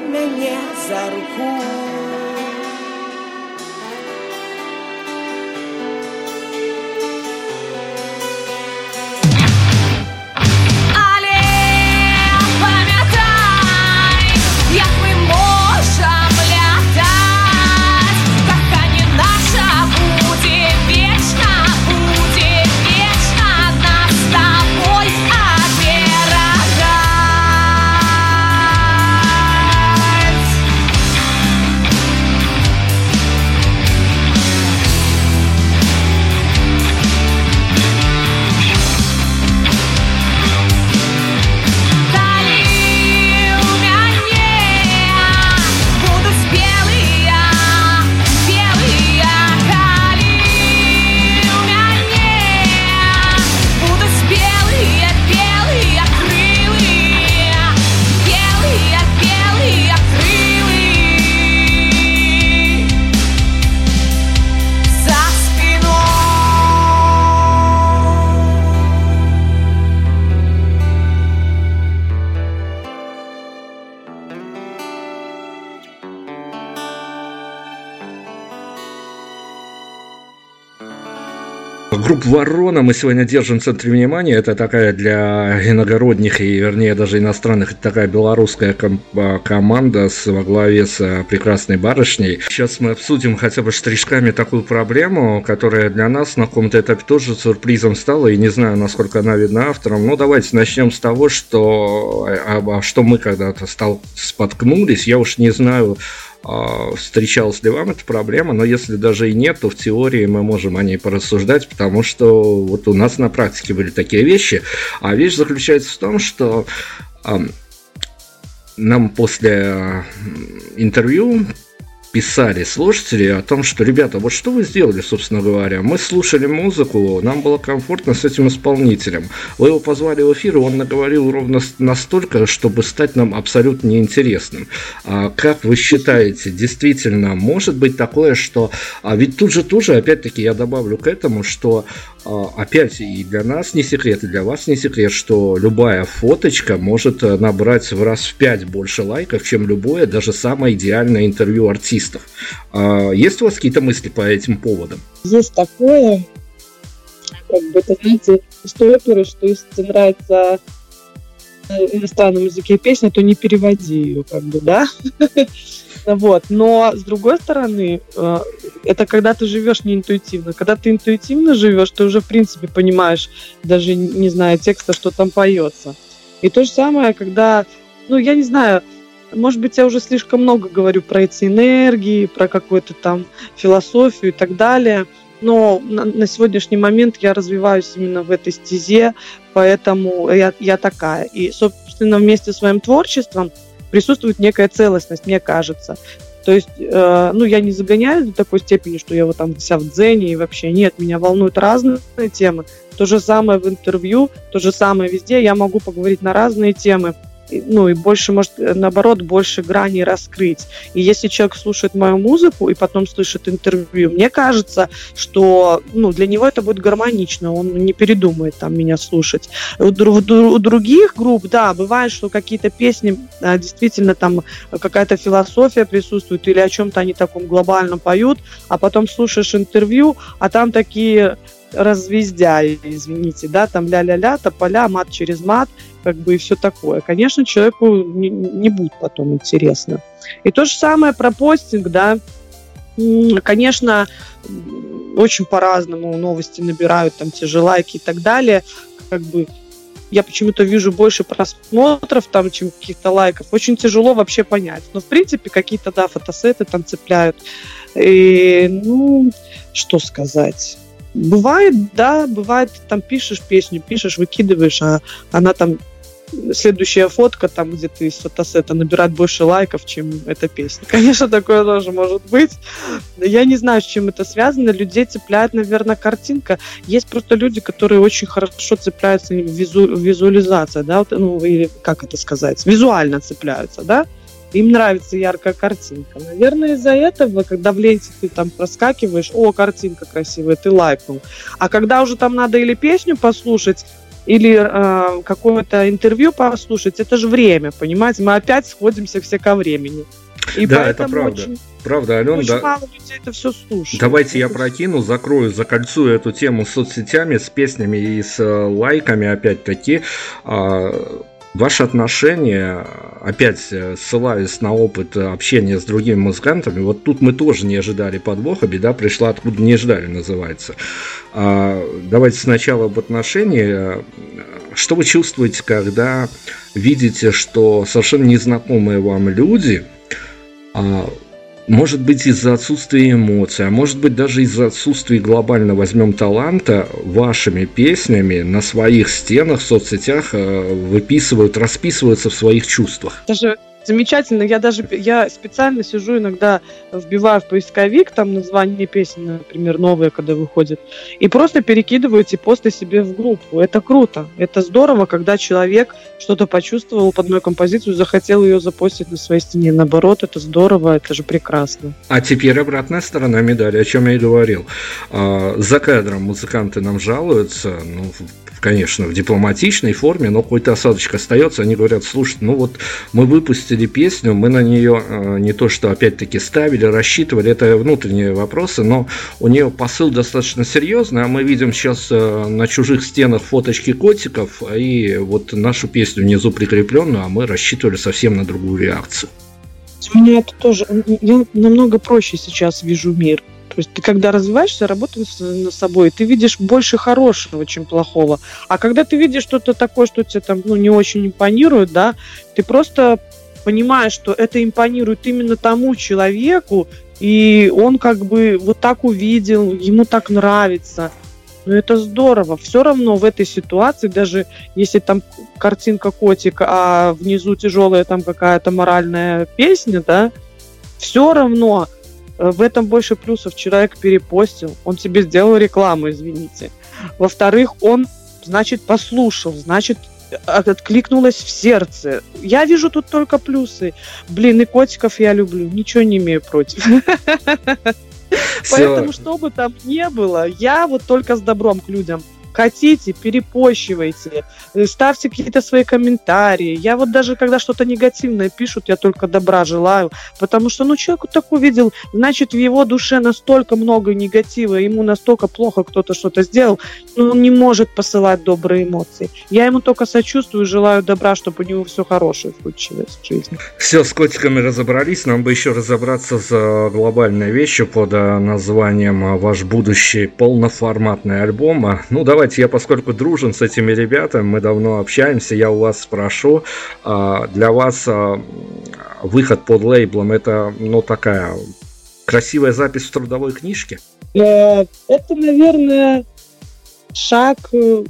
мяне за руку. Группа «Ворона» мы сегодня держим в центре внимания. Это такая для иногородних и, вернее, даже иностранных, это такая белорусская ком- команда с, во главе с прекрасной барышней. Сейчас мы обсудим хотя бы штришками такую проблему, которая для нас на каком-то этапе тоже сюрпризом стала, и не знаю, насколько она видна авторам. Но давайте начнем с того, что, а, что мы когда-то стал, споткнулись. Я уж не знаю, встречалась ли вам эта проблема, но если даже и нет, то в теории мы можем о ней порассуждать, потому что вот у нас на практике были такие вещи. А вещь заключается в том, что э, нам после интервью писали слушатели о том, что, ребята, вот что вы сделали, собственно говоря? Мы слушали музыку, нам было комфортно с этим исполнителем. Вы его позвали в эфир, и он наговорил ровно настолько, чтобы стать нам абсолютно неинтересным. А как вы считаете, действительно, может быть такое, что... А ведь тут же тоже, опять-таки, я добавлю к этому, что опять и для нас не секрет, и для вас не секрет, что любая фоточка может набрать в раз в пять больше лайков, чем любое, даже самое идеальное интервью артистов. Есть у вас какие-то мысли по этим поводам? Есть такое, как бы, это, знаете, что оперы, что если тебе нравится на иностранном языке песня, то не переводи ее, как бы, да? Вот. Но, с другой стороны, это когда ты живешь не интуитивно. Когда ты интуитивно живешь, ты уже, в принципе, понимаешь, даже не зная текста, что там поется. И то же самое, когда, ну, я не знаю, может быть, я уже слишком много говорю про эти энергии, про какую-то там философию и так далее, но на, на сегодняшний момент я развиваюсь именно в этой стезе, поэтому я, я такая. И, собственно, вместе с своим творчеством присутствует некая целостность, мне кажется. То есть, э, ну, я не загоняюсь до такой степени, что я вот там вся в дзене и вообще нет, меня волнуют разные темы. То же самое в интервью, то же самое везде, я могу поговорить на разные темы. Ну и больше, может, наоборот, больше граней раскрыть. И если человек слушает мою музыку и потом слышит интервью, мне кажется, что, ну, для него это будет гармонично, он не передумает там меня слушать. У, у других групп, да, бывает, что какие-то песни а, действительно там какая-то философия присутствует или о чем-то они таком глобальном поют, а потом слушаешь интервью, а там такие развездяи, извините, да, там ля-ля-ля, тополя, мат через мат, как бы и все такое. Конечно, человеку не, не будет потом интересно. И то же самое про постинг, да. Конечно, очень по-разному новости набирают, там те же лайки и так далее. Как бы я почему-то вижу больше просмотров, там, чем каких-то лайков. Очень тяжело вообще понять. Но, в принципе, какие-то, да, фотосеты там цепляют. И, ну, что сказать... Бывает, да, бывает, там пишешь песню, пишешь, выкидываешь, а она там, следующая фотка, там, где ты из фотосета, набирает больше лайков, чем эта песня. Конечно, такое тоже может быть. Я не знаю, с чем это связано. Людей цепляет, наверное, картинка. Есть просто люди, которые очень хорошо цепляются в визу, визуализация, да, ну, или как это сказать, визуально цепляются, да. Им нравится яркая картинка. Наверное, из-за этого, когда в ленте ты там проскакиваешь, о, картинка красивая, ты лайкнул. А когда уже там надо или песню послушать, или э, какое-то интервью послушать, это же время, понимаете? Мы опять сходимся все ко времени. И да, это правда. Очень, правда, Алена, очень да. мало людей это все слушают. Давайте это я прокину, закрою, закольцую эту тему с соцсетями, с песнями и с лайками, опять-таки. Ваши отношения, опять ссылаясь на опыт общения с другими музыкантами, вот тут мы тоже не ожидали подвоха, беда пришла откуда не ждали, называется. Давайте сначала об отношениях. Что вы чувствуете, когда видите, что совершенно незнакомые вам люди, может быть, из-за отсутствия эмоций, а может быть, даже из-за отсутствия, глобально возьмем, таланта, вашими песнями на своих стенах в соцсетях выписывают, расписываются в своих чувствах? Даже замечательно. Я даже я специально сижу иногда, вбиваю в поисковик там название песни, например, новые, когда выходят, и просто перекидываю эти посты себе в группу. Это круто. Это здорово, когда человек что-то почувствовал под мою композицию, захотел ее запостить на своей стене. Наоборот, это здорово, это же прекрасно. А теперь обратная сторона медали, о чем я и говорил. За кадром музыканты нам жалуются, ну, конечно, в дипломатичной форме, но какой-то осадочек остается. Они говорят: слушай, ну вот мы выпустили песню, мы на нее э, не то что опять-таки ставили, рассчитывали, это внутренние вопросы, но у нее посыл достаточно серьезный, а мы видим сейчас э, на чужих стенах фоточки котиков и вот нашу песню внизу прикрепленную, а мы рассчитывали совсем на другую реакцию. У меня это тоже, я намного проще сейчас вижу мир. То есть ты когда развиваешься, работаешь над собой, ты видишь больше хорошего, чем плохого. А когда ты видишь что-то такое, что тебе там, ну, не очень импонирует, да, ты просто понимаешь, что это импонирует именно тому человеку, и он как бы вот так увидел, ему так нравится. Ну, это здорово. Все равно в этой ситуации, даже если там картинка котика, а внизу тяжелая там какая-то моральная песня, да, все равно в этом больше плюсов. Человек перепостил, он тебе сделал рекламу, извините. Во-вторых, он, значит, послушал, значит, откликнулось в сердце. Я вижу тут только плюсы. Блин, и котиков я люблю, ничего не имею против. Поэтому, что бы там ни было, я вот только с добром к людям. Хотите, перепощивайте, ставьте какие-то свои комментарии. Я вот даже, когда что-то негативное пишут, я только добра желаю, потому что, ну, человек так увидел, значит, в его душе настолько много негатива, ему настолько плохо кто-то что-то сделал, но он не может посылать добрые эмоции. Я ему только сочувствую, желаю добра, чтобы у него все хорошее случилось в жизни. Все, с котиками разобрались, нам бы еще разобраться с глобальной вещью под названием «Ваш будущий полноформатный альбом». Ну, давайте. Я, поскольку дружен с этими ребятами, мы давно общаемся, я у вас спрошу, для вас выход под лейблом — это, ну, такая красивая запись в трудовой книжке? Это, наверное, шаг,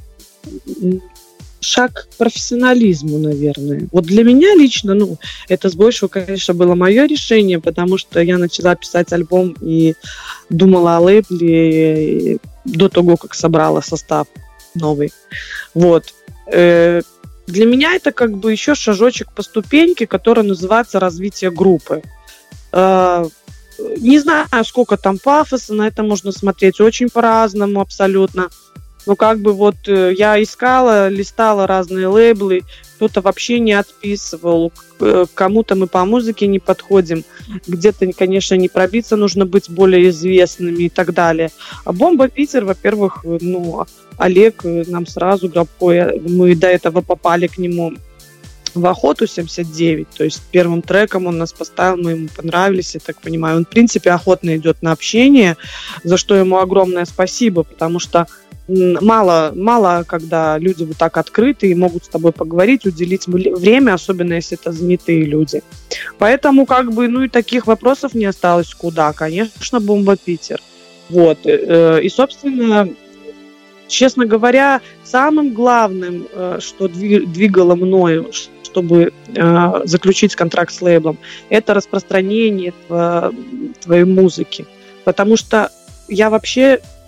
шаг к профессионализму, наверное. Вот для меня лично, ну, это с большего, конечно, было мое решение, потому что я начала писать альбом и думала о лейбле до того, как собрала состав новый. Вот. Для меня это как бы еще шажочек по ступеньке, который называется развитие группы. Не знаю, сколько там пафоса, на это можно смотреть очень по-разному абсолютно. Но как бы вот я искала, листала разные лейблы, кто-то вообще не отписывал, кому-то мы по музыке не подходим, где-то, конечно, не пробиться, нужно быть более известными и так далее. А Бомба Питер, во-первых, ну, Олег нам сразу, Грабко, мы до этого попали к нему в Охоту семьдесят девять, то есть первым треком он нас поставил, мы ему понравились, я так понимаю. Он, в принципе, охотно идет на общение, за что ему огромное спасибо, потому что Мало, мало, когда люди вот так открыты и могут с тобой поговорить, уделить время, особенно если это занятые люди. Поэтому как бы, ну и таких вопросов не осталось куда. Конечно, Бомба Питер. Вот. И, собственно, честно говоря, самым главным, что двигало мною, чтобы заключить контракт с лейблом, это распространение твоей музыки. Потому что я вообще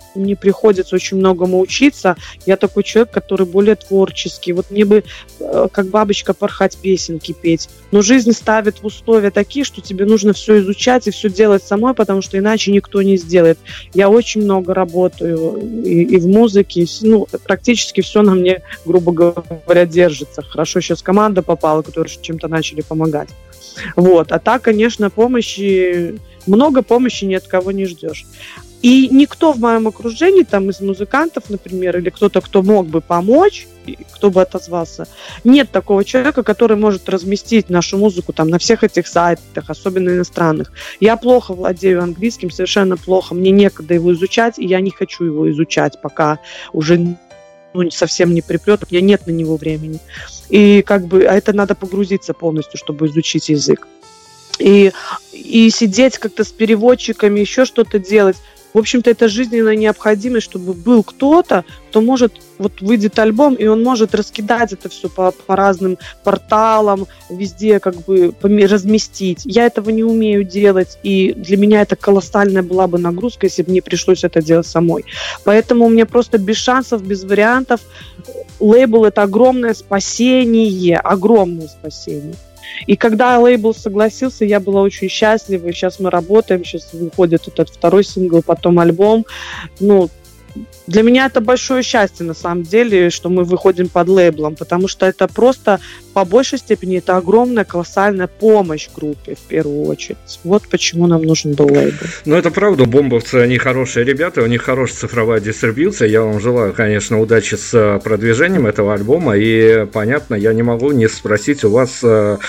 мне приходится очень многому учиться. Я такой человек, который более творческий. Вот мне бы, как бабочка, порхать, песенки петь. Но жизнь ставит в условия такие, что тебе нужно все изучать и все делать самой, потому что иначе никто не сделает. Я очень много работаю и, и в музыке, и, ну, практически все на мне, грубо говоря, держится. Хорошо, сейчас команда попала, которые чем-то начали помогать. Вот. А так, конечно, помощи, много помощи ни от кого не ждешь. И никто в моем окружении, там, из музыкантов, например, или кто-то, кто мог бы помочь, кто бы отозвался, нет такого человека, который может разместить нашу музыку там на всех этих сайтах, особенно иностранных. Я плохо владею английским, совершенно плохо, мне некогда его изучать, и я не хочу его изучать, пока уже ну, совсем не припрет, у меня нет на него времени. И как бы, а это надо погрузиться полностью, чтобы изучить язык. И, и сидеть как-то с переводчиками, еще что-то делать. В общем-то, это жизненная необходимость, чтобы был кто-то, кто может, вот выйдет альбом, и он может раскидать это все по, по разным порталам, везде как бы разместить. Я этого не умею делать, и для меня это колоссальная была бы нагрузка, если бы мне пришлось это делать самой. Поэтому у меня просто без шансов, без вариантов. Лейбл — это огромное спасение, огромное спасение. И когда лейбл согласился, я была очень счастлива. И сейчас мы работаем, сейчас выходит этот второй сингл, потом альбом. Ну, для меня это большое счастье, на самом деле, что мы выходим под лейблом, потому что это просто, по большей степени, это огромная, колоссальная помощь группе, в первую очередь. Вот почему нам нужен был лейбл. Ну, это правда, бомбовцы, они хорошие ребята, у них хорошая цифровая дистрибьюция. Я вам желаю, конечно, удачи с продвижением этого альбома. И, понятно, я не могу не спросить у вас...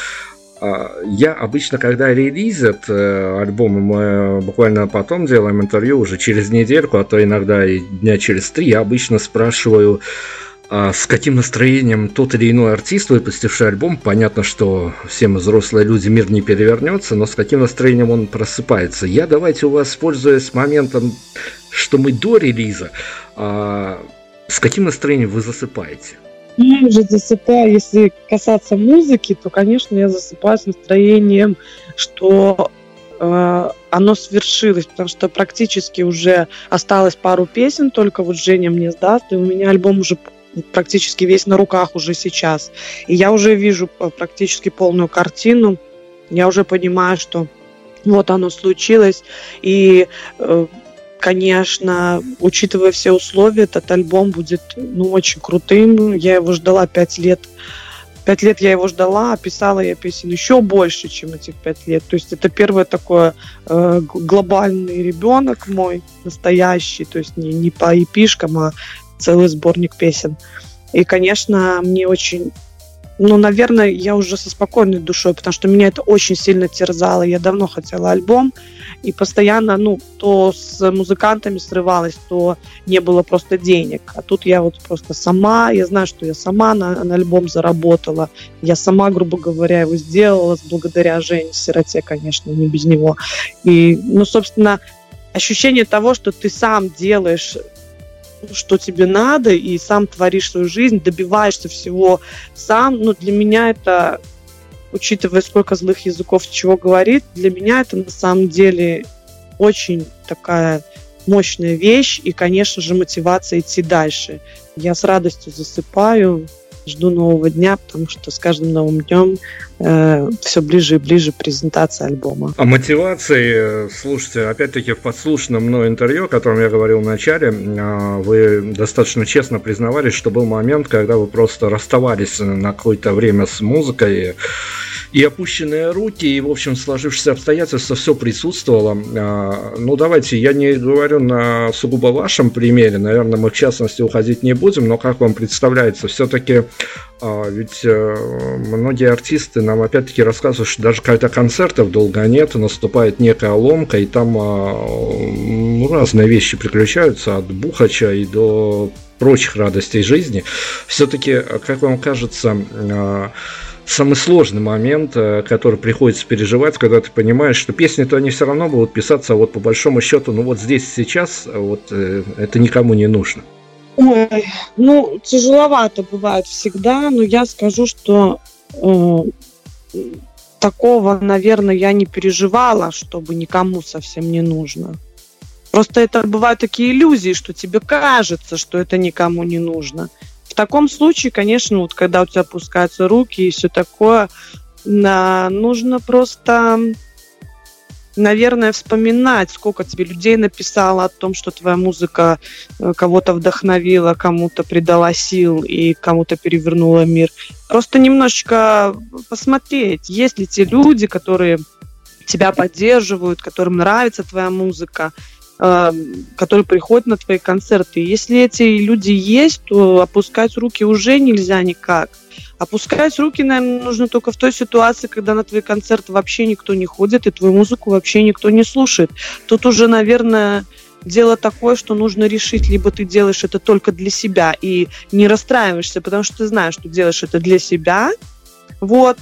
Я обычно, когда релизят альбомы, мы буквально потом делаем интервью уже через недельку, а то иногда и дня через три, я обычно спрашиваю, с каким настроением тот или иной артист, выпустивший альбом, понятно, что все мы взрослые люди, мир не перевернется, но с каким настроением он просыпается. Я давайте у вас, пользуясь моментом, что мы до релиза, с каким настроением вы засыпаете? Я уже засыпаю, если касаться музыки, то, конечно, я засыпаю с настроением, что э, оно свершилось, потому что практически уже осталось пару песен, только вот Женя мне сдаст, и у меня альбом уже практически весь на руках уже сейчас. И я уже вижу практически полную картину, я уже понимаю, что вот оно случилось, и... Э, Конечно, учитывая все условия, этот альбом будет ну, очень крутым. Я его ждала пять лет. Пять лет я его ждала, а писала я песен еще больше, чем этих пять лет. То есть это первый такой э, глобальный ребенок мой, настоящий. То есть не, не по эпишкам, а целый сборник песен. И, конечно, мне очень... Ну, наверное, я уже со спокойной душой, потому что меня это очень сильно терзало. Я давно хотела альбом, и постоянно, ну, то с музыкантами срывалась, то не было просто денег. А тут я вот просто сама, я знаю, что я сама на, на альбом заработала. Я сама, грубо говоря, его сделала благодаря Жене Сироте, конечно, не без него. И, ну, собственно, ощущение того, что ты сам делаешь... что тебе надо, и сам творишь свою жизнь, добиваешься всего сам. Ну, для меня это, учитывая, сколько злых языков чего говорит, для меня это на самом деле очень такая мощная вещь и, конечно же, мотивация идти дальше. Я с радостью засыпаю, жду нового дня, потому что с каждым новым днем э, все ближе и ближе презентация альбома. О мотивации, слушайте, опять-таки в подслушанном мной интервью, о котором я говорил в начале, вы достаточно честно признавались, что был момент, когда вы просто расставались на какое-то время с музыкой, и опущенные руки, и, в общем, сложившиеся обстоятельства, все присутствовало. Ну, давайте, я не говорю на сугубо вашем примере, наверное, мы в частности уходить не будем, но как вам представляется, все-таки ведь многие артисты нам опять-таки рассказывают, что даже когда концертов долго нет, наступает некая ломка, и там ну, разные вещи приключаются, от бухача и до прочих радостей жизни. Все-таки, как вам кажется, самый сложный момент, который приходится переживать, когда ты понимаешь, что песни-то они все равно будут писаться, вот по большому счету, ну вот здесь сейчас, вот это никому не нужно. Ой, ну, тяжеловато бывает всегда, но я скажу, что э, такого, наверное, я не переживала, чтобы никому совсем не нужно. Просто это бывают такие иллюзии, что тебе кажется, что это никому не нужно. В таком случае, конечно, вот когда у тебя опускаются руки и все такое, да, нужно просто, наверное, вспоминать, сколько тебе людей написало о том, что твоя музыка кого-то вдохновила, кому-то придала сил и кому-то перевернула мир. Просто немножечко посмотреть, есть ли те люди, которые тебя поддерживают, которым нравится твоя музыка, которые приходят на твои концерты. Если эти люди есть, то опускать руки уже нельзя никак. Опускать руки, наверное, нужно только в той ситуации, когда на твои концерты вообще никто не ходит, и твою музыку вообще никто не слушает. Тут уже, наверное, дело такое, что нужно решить, либо ты делаешь это только для себя и не расстраиваешься, потому что ты знаешь, что делаешь это для себя, вот.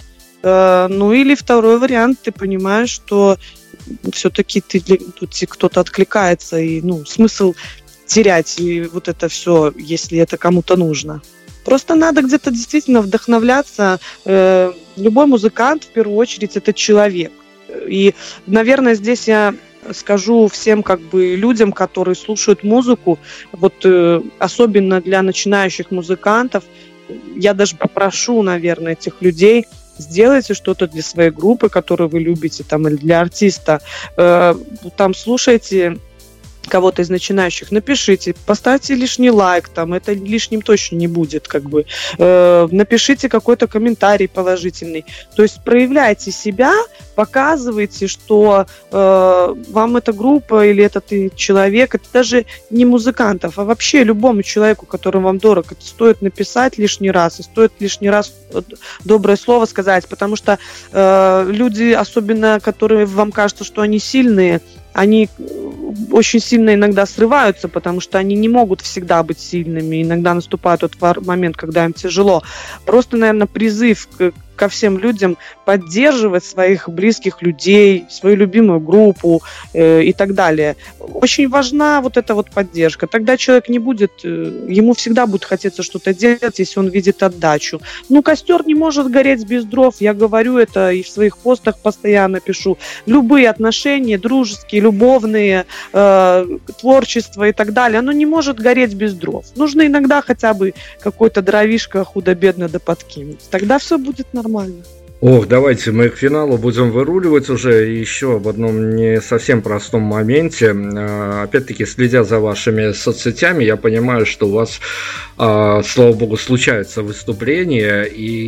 Ну или второй вариант, ты понимаешь, что все-таки ты, тут кто-то откликается, и ну, смысл терять и вот это все, если это кому-то нужно. Просто надо где-то действительно вдохновляться. Любой музыкант, в первую очередь, это человек. И, наверное, здесь я скажу всем как бы людям, которые слушают музыку, вот особенно для начинающих музыкантов, я даже попрошу, наверное, этих людей: сделайте что-то для своей группы, которую вы любите, там, или для артиста. Э, там слушайте кого-то из начинающих, напишите, поставьте лишний лайк, там, это лишним точно не будет, как бы. Э, напишите какой-то комментарий положительный. То есть проявляйте себя, показывайте, что э, вам эта группа или этот человек, это даже не музыкантов, а вообще любому человеку, который вам дорог, это стоит написать лишний раз, и стоит лишний раз доброе слово сказать, потому что э, люди, особенно которые вам кажется, что они сильные, они очень сильно иногда срываются, потому что они не могут всегда быть сильными. Иногда наступает тот момент, когда им тяжело. Просто, наверное, призыв к, ко всем людям поддерживать своих близких людей, свою любимую группу э, и так далее. Очень важна вот эта вот поддержка. Тогда человек не будет, э, ему всегда будет хотеться что-то делать, если он видит отдачу. Ну, костер не может гореть без дров. Я говорю это и в своих постах постоянно пишу. Любые отношения, дружеские, любовные, э, творчество и так далее, оно не может гореть без дров. Нужно иногда хотя бы какой-то дровишко худо-бедно да подкинуть. Тогда все будет нормально. Ох, давайте мы к финалу будем выруливать уже еще об одном не совсем простом моменте. Опять-таки, следя за вашими соцсетями, я понимаю, что у вас, слава богу, случаются выступления,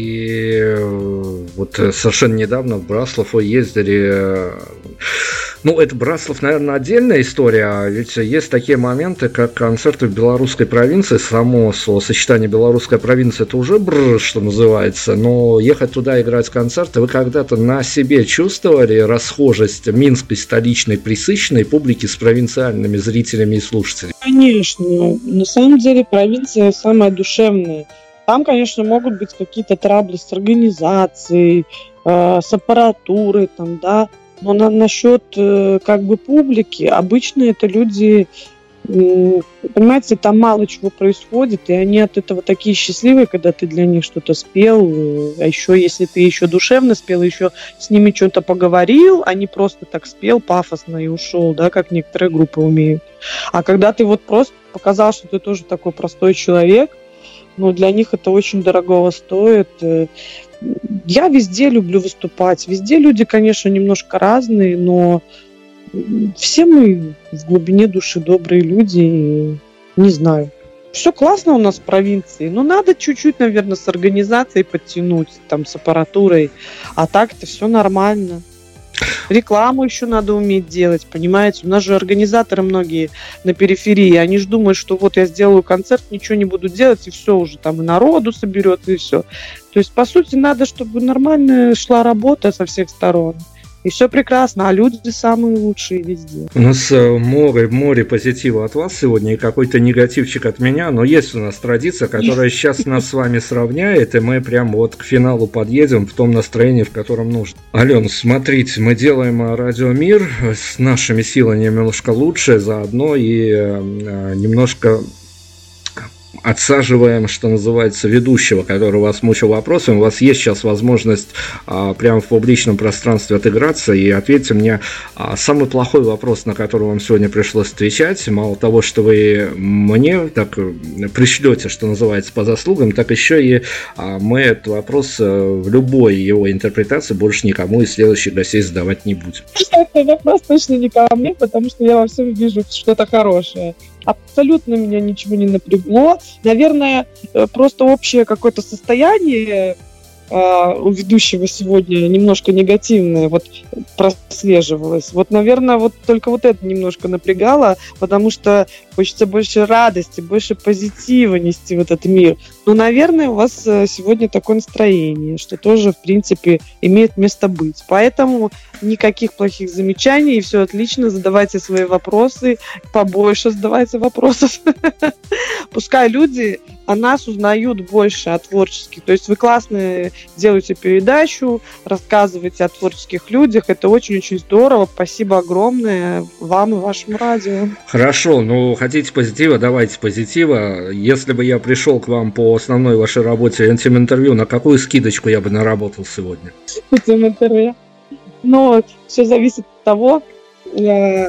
и вот совершенно недавно в Браслов вы ездили. Ну, это Браслов, наверное, отдельная история, ведь есть такие моменты, как концерты в белорусской провинции. Само сочетание белорусская провинция — это уже бррр, что называется, но ехать туда играть концерты, вы когда-то на себе чувствовали расхожесть минской столичной пресыщенной публики с провинциальными зрителями и слушателями? Конечно, на самом деле провинция самая душевная. Там, конечно, могут быть какие-то траблы с организацией, э, с аппаратурой, там, да. Но на, насчет э, как бы публики, обычно это люди, э, понимаете, там мало чего происходит, и они от этого такие счастливые, когда ты для них что-то спел, э, а еще если ты еще душевно спел, еще с ними что-то поговорил, а не просто так спел пафосно и ушел, да, как некоторые группы умеют. А когда ты вот просто показал, что ты тоже такой простой человек, ну, для них это очень дорогого стоит. Я везде люблю выступать. Везде люди, конечно, немножко разные, но все мы в глубине души добрые люди. И не знаю. Все классно у нас в провинции, но надо чуть-чуть, наверное, с организацией подтянуть, там, с аппаратурой. А так это все нормально. Рекламу еще надо уметь делать, понимаете? У нас же организаторы многие на периферии, они же думают, что вот я сделаю концерт, ничего не буду делать, и все уже там и народу соберется, и все. То есть, по сути, надо, чтобы нормально шла работа со всех сторон. И все прекрасно, а люди самые лучшие везде. У нас море, море позитива от вас сегодня и какой-то негативчик от меня, но есть у нас традиция, которая сейчас нас с вами сравняет, и мы прям вот к финалу подъедем в том настроении, в котором нужно. Ален, смотрите, мы делаем радиомир с нашими силами немножко лучше, заодно и немножко отсаживаем, что называется, ведущего, который вас мучил вопросами. У вас есть сейчас возможность а, прямо в публичном пространстве отыграться и ответьте мне а, самый плохой вопрос, на который вам сегодня пришлось отвечать. Мало того, что вы мне так пришлете, что называется, по заслугам, так еще и а, мы этот вопрос а, в любой его интерпретации больше никому из следующих гостей задавать не будем. Это вопрос точно не ко мне, потому что я во всем вижу что-то хорошее. Абсолютно меня ничего не напрягло. Наверное, просто общее какое-то состояние э, у ведущего сегодня немножко негативное вот прослеживалось. Вот, наверное, вот только вот это немножко напрягало, потому что хочется больше радости, больше позитива нести в этот мир. Но, наверное, у вас сегодня такое настроение, что тоже, в принципе, имеет место быть. Поэтому никаких плохих замечаний, и все отлично, задавайте свои вопросы, побольше задавайте вопросов. Пускай люди о нас узнают больше, о творческих. То есть вы классно делаете передачу, рассказываете о творческих людях, это очень-очень здорово. Спасибо огромное вам и вашему радио. Хорошо, ну хотите позитива, давайте позитива. Если бы я пришел к вам по основной вашей работе интим-интервью, на какую скидочку я бы наработал сегодня? Интим-интервью. Но все зависит от того, э,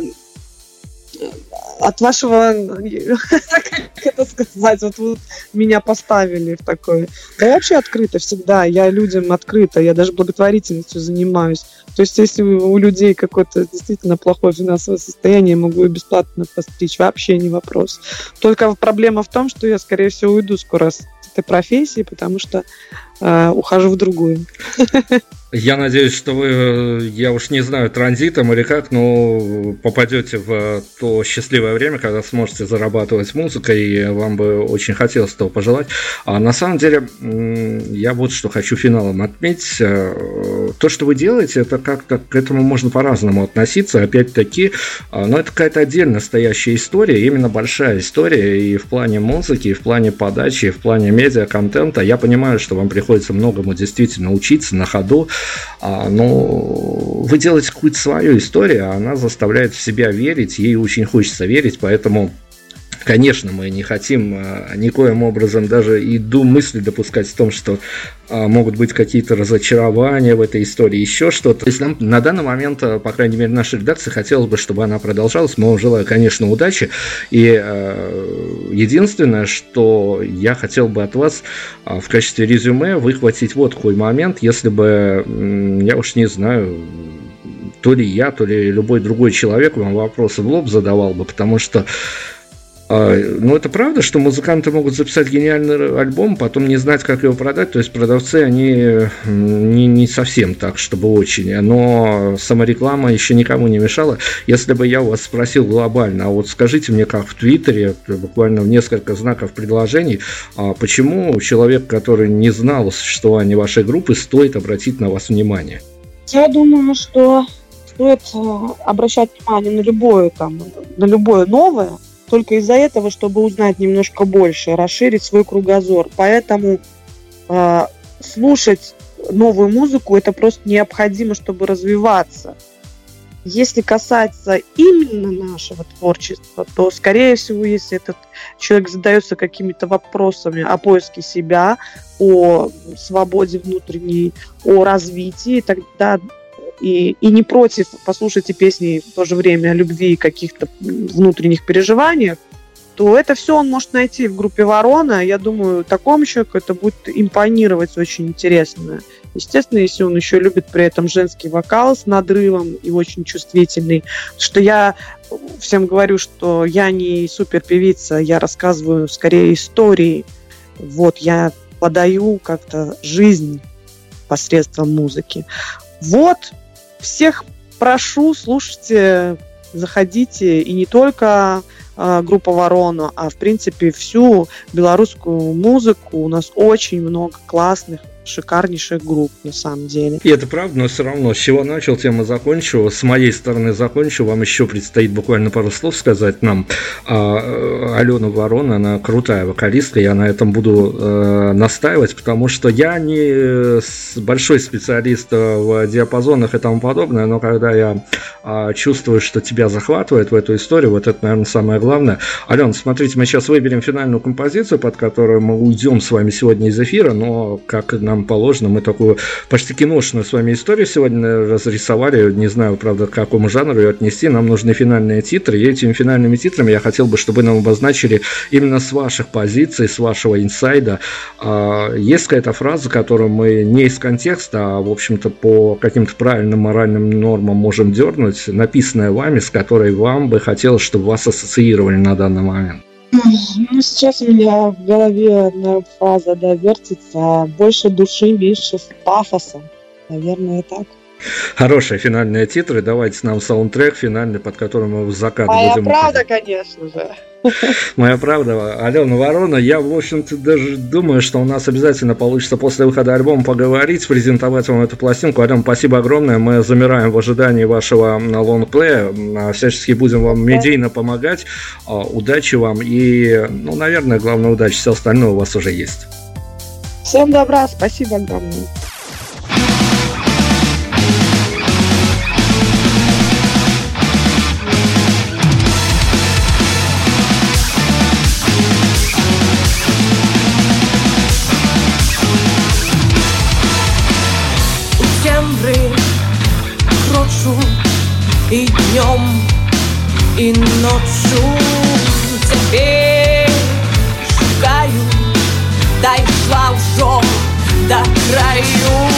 от вашего, как это сказать, вот вы меня поставили в такое. Да я вообще открыта всегда, я людям открыта, я даже благотворительностью занимаюсь. То есть если у людей какое-то действительно плохое финансовое состояние, я могу и бесплатно постричь, вообще не вопрос. Только проблема в том, что я, скорее всего, уйду скоро с этой профессии, потому что э, ухожу в другую. Я надеюсь, что вы, я уж не знаю, транзитом или как, но попадете в то счастливое время, когда сможете зарабатывать музыкой, и вам бы очень хотелось этого пожелать. А на самом деле, я вот что хочу финалом отметить. То, что вы делаете, это как-то к этому можно по-разному относиться. Опять-таки, но это какая-то отдельно стоящая история, именно большая история и в плане музыки, и в плане подачи, и в плане медиа-контента. Я понимаю, что вам приходится многому действительно учиться на ходу, но вы делаете какую-то свою историю, а она заставляет в себя верить, ей очень хочется верить, поэтому, конечно, мы не хотим никоим образом даже и мысли допускать в том, что могут быть какие-то разочарования в этой истории, еще что-то. То есть нам на данный момент, по крайней мере, нашей редакции хотелось бы, чтобы она продолжалась. Мы вам желаю, конечно, удачи. И э, единственное, что я хотел бы от вас э, в качестве резюме выхватить вот такой момент, если бы, э, я уж не знаю, то ли я, то ли любой другой человек вам вопросы в лоб задавал бы, потому что ну, это правда, что музыканты могут записать гениальный альбом, потом не знать, как его продать. То есть продавцы, они не, не совсем так, чтобы очень. Но самореклама еще никому не мешала. Если бы я у вас спросил глобально, а вот скажите мне, как в Твиттере, буквально в несколько знаков предложений, а почему человек, который не знал о существовании вашей группы, стоит обратить на вас внимание? Я думаю, что стоит обращать внимание на любое, там, на любое новое, только из-за этого, чтобы узнать немножко больше, расширить свой кругозор. Поэтому э, слушать новую музыку – это просто необходимо, чтобы развиваться. Если касаться именно нашего творчества, то, скорее всего, если этот человек задается какими-то вопросами о поиске себя, о свободе внутренней, о развитии, тогда И, и не против послушать песни в то же время о любви и каких-то внутренних переживаниях, то это все он может найти в группе «Ворона». Я думаю, такому человеку это будет импонировать очень интересно. Естественно, если он еще любит при этом женский вокал с надрывом и очень чувствительный. Что я всем говорю, что я не суперпевица, я рассказываю скорее истории. Вот, я подаю как-то жизнь посредством музыки. Вот, всех прошу, слушайте, заходите, и не только э, группа «Ворона», а в принципе всю белорусскую музыку. У нас очень много классных шикарнейших групп, на самом деле. И это правда, но все равно, с чего начал, тем и закончу. С моей стороны закончу. Вам еще предстоит буквально пару слов сказать нам. А, Алена Ворона, она крутая вокалистка, я на этом буду э, настаивать, потому что я не большой специалист в диапазонах и тому подобное, но когда я э, чувствую, что тебя захватывает в эту историю, вот это, наверное, самое главное. Алена, смотрите, мы сейчас выберем финальную композицию, под которую мы уйдем с вами сегодня из эфира, но, как нам положено, мы такую почти киношную с вами историю сегодня разрисовали, не знаю, правда, к какому жанру ее отнести, нам нужны финальные титры, и этими финальными титрами я хотел бы, чтобы нам обозначили именно с ваших позиций, с вашего инсайда. Есть какая-то фраза, которую мы не из контекста, а, в общем-то, по каким-то правильным моральным нормам можем дернуть, написанная вами, с которой вам бы хотелось, чтобы вас ассоциировали на данный момент? Ну, сейчас у меня в голове одна фраза, да, вертится: больше души, меньше пафоса. Наверное, так. Хорошие финальные титры. Давайте нам саундтрек финальный, под которым мы в закат Моя будем... Моя правда, конечно же. Моя правда. Алена Ворона, я, в общем-то, даже думаю, что у нас обязательно получится после выхода альбома поговорить, презентовать вам эту пластинку. Алена, спасибо огромное. Мы замираем в ожидании вашего лонгплея. Всячески будем вам медийно помогать. Удачи вам и, ну, наверное, главное, удачи. Все остальное у вас уже есть. Всем добра. Спасибо огромное. И днем, и ночью теперь шукаю, дошла уже до краю.